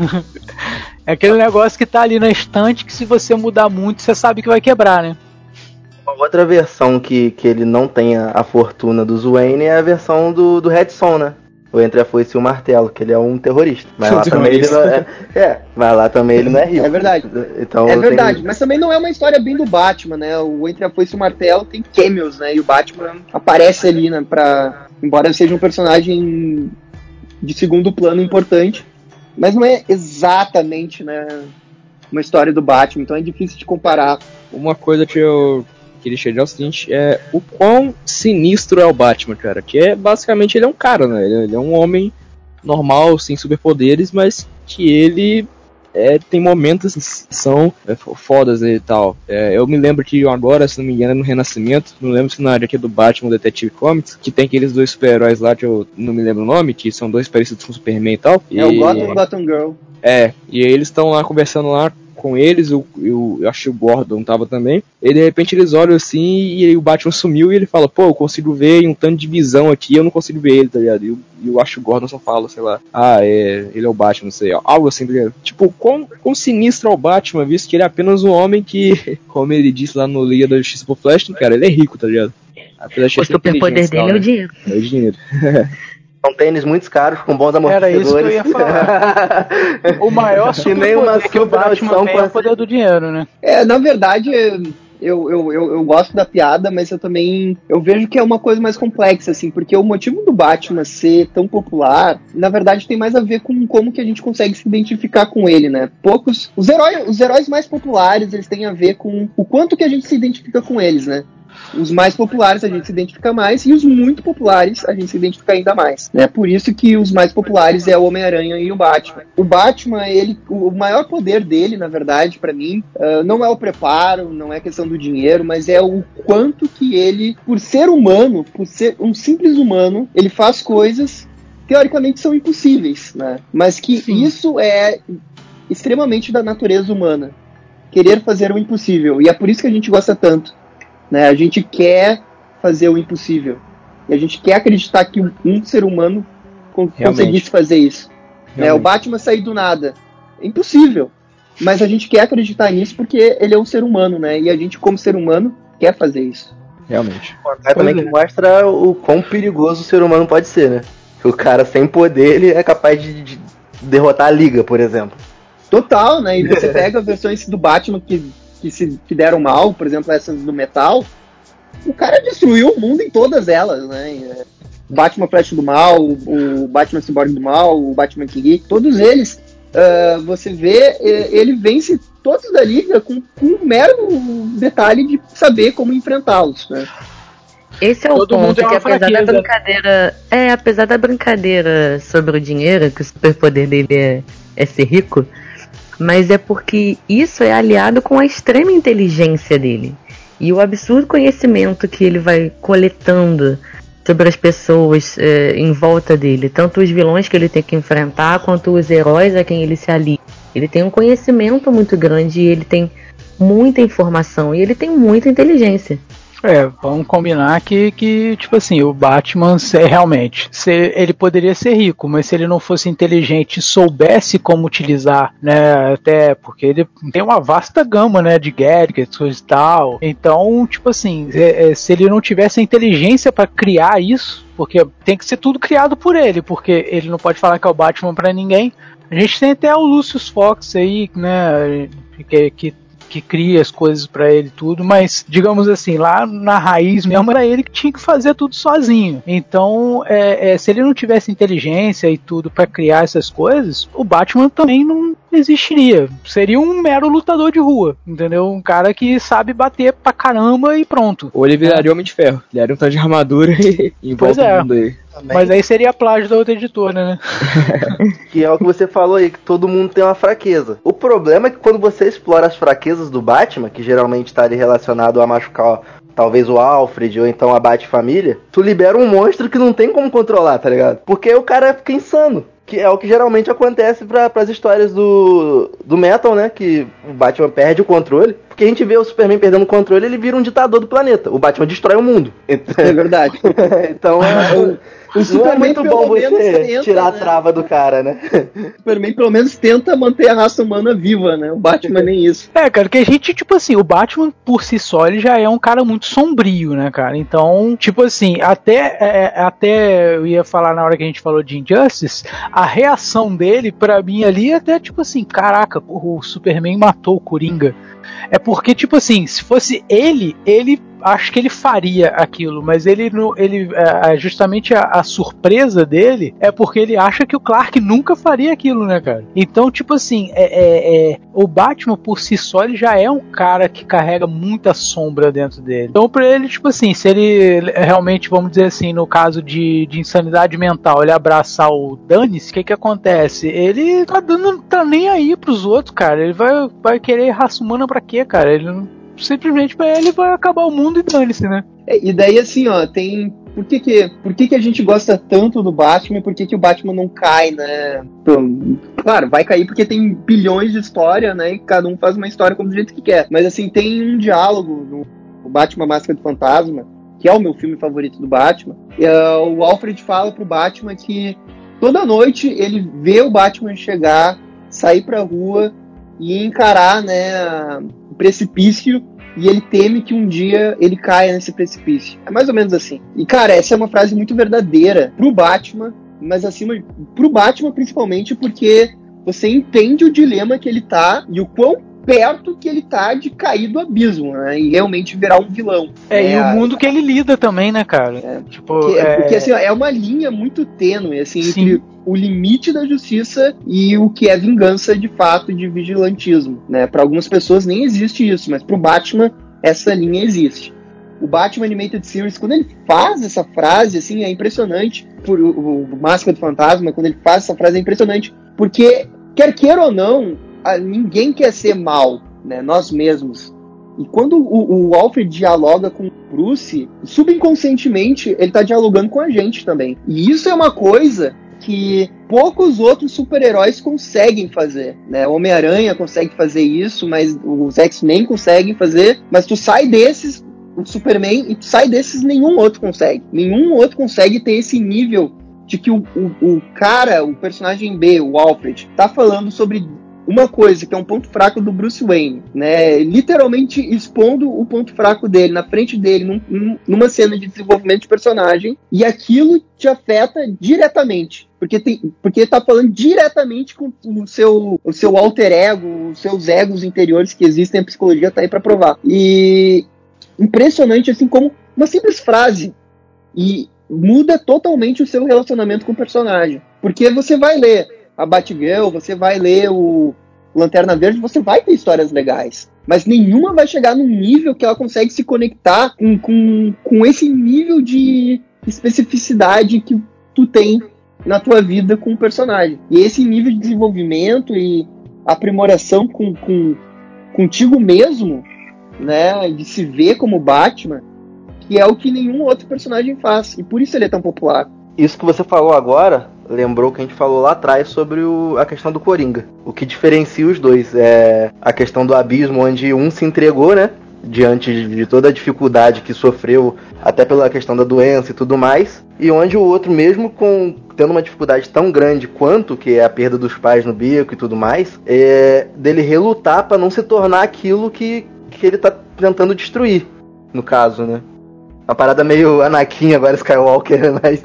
É aquele negócio que tá ali na estante que, se você mudar muito, você sabe que vai quebrar, né? Uma outra versão que, que ele não tem a, a fortuna do Wayne é a versão do, do Redson, né? O Entre a Foice e o Martelo, que ele é um terrorista. Mas lá também ele não é, é, mas lá também ele não é rico. É verdade. Então, é verdade, tem... mas também não é uma história bem do Batman, né? O Entre a Foice e o Martelo tem cameos, né? E o Batman aparece ali, né? Pra... Embora seja um personagem de segundo plano importante, mas não é exatamente, né, uma história do Batman, então é difícil de comparar. Uma coisa que eu queria chegar ao seguinte é o quão sinistro é o Batman, cara. Que é basicamente ele é um cara, né? Ele é um homem normal, sem superpoderes, mas que ele é, tem momentos que são é, fodas e tal. É, eu me lembro que agora, se não me engano, é no Renascimento, não lembro se na área aqui do Batman Detective Comics, que tem aqueles dois super-heróis lá que eu não me lembro o nome, que são dois parecidos com o Superman e tal. É e... o Gotham e o Gotham Girl. É, e eles estão lá conversando lá com eles, eu, eu, eu acho que o Gordon tava também, e de repente eles olham assim, e aí o Batman sumiu, e ele fala, pô, eu consigo ver um tanto de visão aqui, eu não consigo ver ele, tá ligado? E eu, eu acho que o Gordon só fala, sei lá, ah, é, ele é o Batman, não sei, algo assim, tá ligado? Tipo, quão, quão sinistro é o Batman, visto que ele é apenas um homem que, como ele disse lá no Liga da Justiça pro Flash, cara, ele é rico, tá ligado? O superpoder dele é o dinheiro. É o dinheiro. São tênis muito caros, com bons amortecedores. Era isso que eu ia falar. O maior superpoder que o Batman tem é o poder do dinheiro, né? É, na verdade, eu, eu, eu, eu gosto da piada, mas eu também eu vejo que é uma coisa mais complexa, assim, porque o motivo do Batman ser tão popular, na verdade, tem mais a ver com como que a gente consegue se identificar com ele, né? Poucos... Os heróis, os heróis mais populares, eles têm a ver com o quanto que a gente se identifica com eles, né? Os mais populares a gente se identifica mais, e os muito populares a gente se identifica ainda mais. É por isso que os mais populares é o Homem-Aranha e o Batman. O Batman, ele, o maior poder dele, na verdade, pra mim, uh, não é o preparo, não é questão do dinheiro, mas é o quanto que ele, por ser humano, por ser um simples humano, ele faz coisas que teoricamente são impossíveis, né? Mas que Sim. isso é extremamente da natureza humana. Querer fazer o impossível. E é por isso que a gente gosta tanto. Né, a gente quer fazer o impossível. E a gente quer acreditar que um, um ser humano con- conseguisse fazer isso. Né? O Batman sair do nada. É impossível. Mas a gente quer acreditar nisso porque ele é um ser humano, né? E a gente, como ser humano, quer fazer isso. Realmente. É também que mostra o quão perigoso o ser humano pode ser, né? O cara sem poder, ele é capaz de, de derrotar a Liga, por exemplo. Total, né? E você pega versões do Batman que, que se que deram mal, por exemplo, essas do Metal, o cara destruiu o mundo em todas elas, né? O Batman Flash do Mal, o Batman Cyborg do Mal, o Batman King, todos eles, uh, você vê, ele vence todos da Liga com, com um mero detalhe de saber como enfrentá-los, né? Esse é o Todo ponto, que apesar fraqueza. da brincadeira. É, apesar da brincadeira sobre o dinheiro, que o superpoder dele é, é ser rico, mas é porque isso é aliado com a extrema inteligência dele. E o absurdo conhecimento que ele vai coletando sobre as pessoas é, em volta dele, tanto os vilões que ele tem que enfrentar, quanto os heróis a quem ele se alia. Ele tem um conhecimento muito grande, e ele tem muita informação, e ele tem muita inteligência. É, vamos combinar que, que tipo assim, o Batman é, realmente, se, ele poderia ser rico, mas se ele não fosse inteligente e soubesse como utilizar, né, até porque ele tem uma vasta gama, né, de gadgets, coisa e tal, então, tipo assim, é, é, se ele não tivesse a inteligência para criar isso, porque tem que ser tudo criado por ele, porque ele não pode falar que é o Batman para ninguém. A gente tem até o Lucius Fox aí, né, que, que que cria as coisas pra ele e tudo, mas, digamos assim, lá na raiz mesmo era ele que tinha que fazer tudo sozinho. Então, é, é, se ele não tivesse inteligência e tudo pra criar essas coisas, o Batman também não existiria. Seria um mero lutador de rua, entendeu? Um cara que sabe bater pra caramba e pronto. Ou ele viraria é. Homem de Ferro. Ele era um tanto de armadura e, e pois volta é. o mundo aí. Também. Mas aí seria plágio da outra editora, né? Que é o que você falou aí, que todo mundo tem uma fraqueza. O problema é que quando você explora as fraquezas do Batman, que geralmente está ali relacionado a machucar talvez o Alfred ou então a Bat-família, tu libera um monstro que não tem como controlar, tá ligado? Porque o cara fica insano. Que é o que geralmente acontece para as histórias do, do Metal, né? Que o Batman perde o controle. Porque a gente vê o Superman perdendo o controle, ele vira um ditador do planeta. O Batman destrói o mundo. É verdade. Então é, o, o Superman não é muito bom você tenta, tirar a trava né? do cara, né? O Superman pelo menos tenta manter a raça humana viva, né? O Batman nem isso. É, cara, que a gente, tipo assim, o Batman por si só, ele já é um cara muito sombrio, né, cara? Então, tipo assim, até, é, até eu ia falar na hora que a gente falou de Injustice, a reação dele, pra mim ali, até tipo assim, caraca, o Superman matou o Coringa. É porque, tipo assim, se fosse ele, ele acho que ele faria aquilo, mas ele, não, ele é, justamente a, a surpresa dele é porque ele acha que o Clark nunca faria aquilo, né, cara? Então, tipo assim, é, é, é, o Batman por si só, ele já é um cara que carrega muita sombra dentro dele. Então, pra ele, tipo assim, se ele realmente, vamos dizer assim, no caso de, de insanidade mental, ele abraçar o dane-se, o que que acontece? Ele tá dando, tá nem aí pros outros, cara. Ele vai, vai querer raça humana pra quê, cara? Ele não simplesmente pra ele vai acabar o mundo e dane-se, né? É, e daí assim, ó, tem... Por que que, por que que a gente gosta tanto do Batman e por que que o Batman não cai, né? Claro, vai cair porque tem bilhões de história, né? E cada um faz uma história como do jeito que quer. Mas assim, tem um diálogo no Batman Máscara do Fantasma, que é o meu filme favorito do Batman. E, uh, o Alfred fala pro Batman que toda noite ele vê o Batman chegar, sair pra rua e encarar, né, o precipício, e ele teme que um dia ele caia nesse precipício. É mais ou menos assim. E, cara, essa é uma frase muito verdadeira pro Batman, mas acima, pro Batman principalmente, porque você entende o dilema que ele tá e o quão perto que ele tá de cair do abismo, né, e realmente virar um vilão. É, é e o mundo que ele lida também, né, cara? É, tipo, porque, é... porque assim, ó, é uma linha muito tênue, assim, Sim. entre o limite da justiça e o que é vingança de fato de vigilantismo, né? Para algumas pessoas nem existe isso, mas pro Batman essa linha existe. O Batman Animated Series, quando ele faz essa frase, assim, é impressionante. Por, o, o Máscara do Fantasma, quando ele faz essa frase é impressionante, porque quer queira ou não, a, ninguém quer ser mal, né? Nós mesmos. E quando o, o Alfred dialoga com o Bruce, subconscientemente ele tá dialogando com a gente também. E isso é uma coisa que poucos outros super-heróis conseguem fazer, né? O Homem-Aranha consegue fazer isso, mas os X-Men conseguem fazer, mas tu sai desses, o Superman, e sai desses, nenhum outro consegue. Nenhum outro consegue ter esse nível de que o, o, o cara, o personagem B, o Alfred, tá falando sobre uma coisa que é um ponto fraco do Bruce Wayne, né? Literalmente expondo o ponto fraco dele na frente dele, num, num, numa cena de desenvolvimento de personagem, e aquilo te afeta diretamente. Porque, tem, porque tá falando diretamente com o seu, o seu alter ego, os seus egos interiores que existem, a psicologia tá aí pra provar. E impressionante, assim, como uma simples frase e muda totalmente o seu relacionamento com o personagem. Porque você vai ler a Batgirl, você vai ler o Lanterna Verde, você vai ter histórias legais, mas nenhuma vai chegar num nível que ela consegue se conectar com, com, com esse nível de especificidade que tu tem na tua vida com o personagem. E esse nível de desenvolvimento e aprimoração com, com, contigo mesmo, né, de se ver como Batman, que é o que nenhum outro personagem faz, e por isso ele é tão popular. Isso que você falou agora lembrou que a gente falou lá atrás sobre o, a questão do Coringa. O que diferencia os dois é a questão do abismo, onde um se entregou, né, diante de, de toda a dificuldade que sofreu, até pela questão da doença e tudo mais, e onde o outro, mesmo com tendo uma dificuldade tão grande quanto, que é a perda dos pais no beco e tudo mais, é dele relutar para não se tornar aquilo que, que ele tá tentando destruir, no caso, né. Uma parada meio Anakin agora, Skywalker, mas...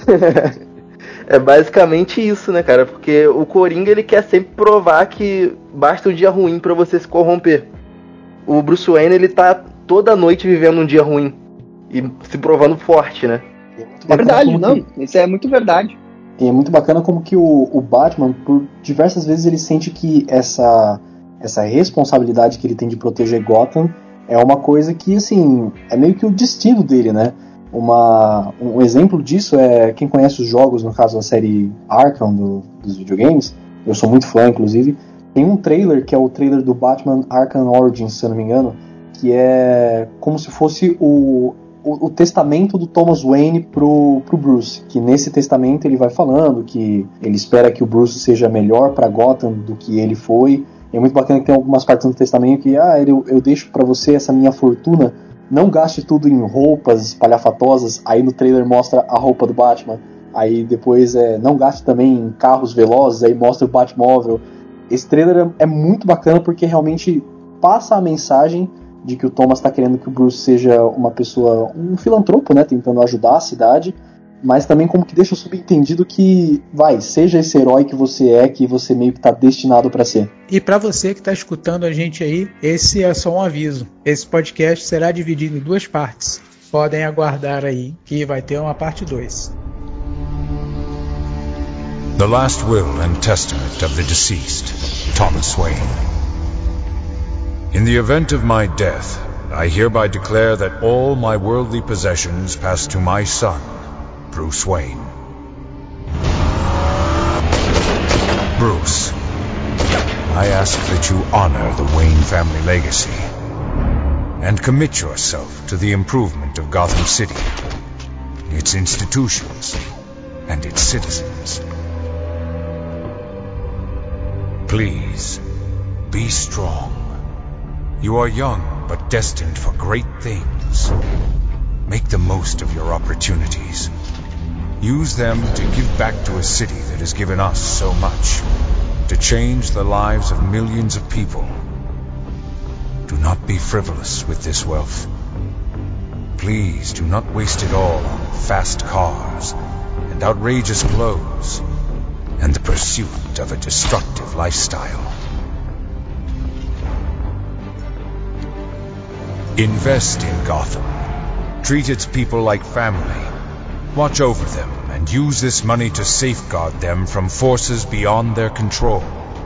é basicamente isso, né, cara? Porque o Coringa, ele quer sempre provar que basta um dia ruim pra você se corromper. O Bruce Wayne, ele tá toda noite vivendo um dia ruim e se provando forte, né? É verdade, não. Que... Isso é muito verdade. E é muito bacana como que o, o Batman, por diversas vezes, ele sente que essa, essa responsabilidade que ele tem de proteger Gotham é uma coisa que, assim, é meio que o destino dele, né? Uma, um exemplo disso é quem conhece os jogos, no caso da série Arkham do, dos videogames. Eu sou muito fã, inclusive. Tem um trailer que é o trailer do Batman Arkham Origins, se eu não me engano, que é como se fosse o, o, o testamento do Thomas Wayne pro, pro Bruce. Que nesse testamento ele vai falando que ele espera que o Bruce seja melhor pra Gotham do que ele foi. É muito bacana que tem algumas partes do testamento que ah, eu, eu deixo pra você essa minha fortuna, não gaste tudo em roupas espalhafatosas. Aí no trailer mostra a roupa do Batman. Aí depois é, não gaste também em carros velozes, aí mostra o Batmóvel. Esse trailer é, é muito bacana porque realmente passa a mensagem de que o Thomas está querendo que o Bruce seja uma pessoa, um filantropo, né, tentando ajudar a cidade, mas também como que deixa subentendido que, vai, seja esse herói que você é, que você meio que está destinado para ser. E para você que está escutando a gente aí, esse é só um aviso. Esse podcast será dividido em duas partes. Podem aguardar aí que vai ter uma parte dois. The last will and testament of the deceased, Thomas Wayne. In the event of my death, I hereby declare that all my worldly possessions pass to my son, Bruce Wayne. Bruce, I ask that you honor the Wayne family legacy and commit yourself to the improvement of Gotham City, its institutions, and its citizens. Please, be strong. You are young, but destined for great things. Make the most of your opportunities. Use them to give back to a city that has given us so much, to change the lives of millions of people. Do not be frivolous with this wealth. Please do not waste it all on fast cars and outrageous clothes and the pursuit of a destructive lifestyle. Invest in Gotham. Treat its people like family. Watch over them and use this money to safeguard them from forces beyond their control.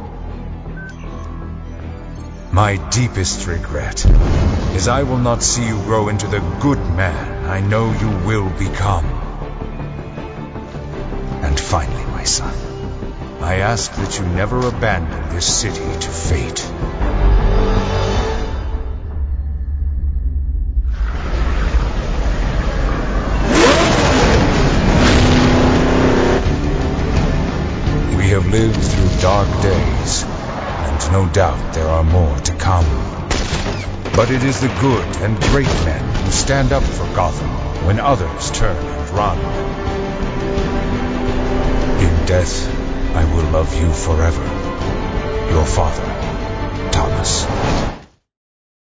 My deepest regret is I will not see you grow into the good man I know you will become. And finally, my son, I ask that you never abandon this city to fate. We have lived through dark days, and no doubt there are more to come. But it is the good and great men who stand up for Gotham when others turn and run. In death, I will love you forever. Your father, Thomas.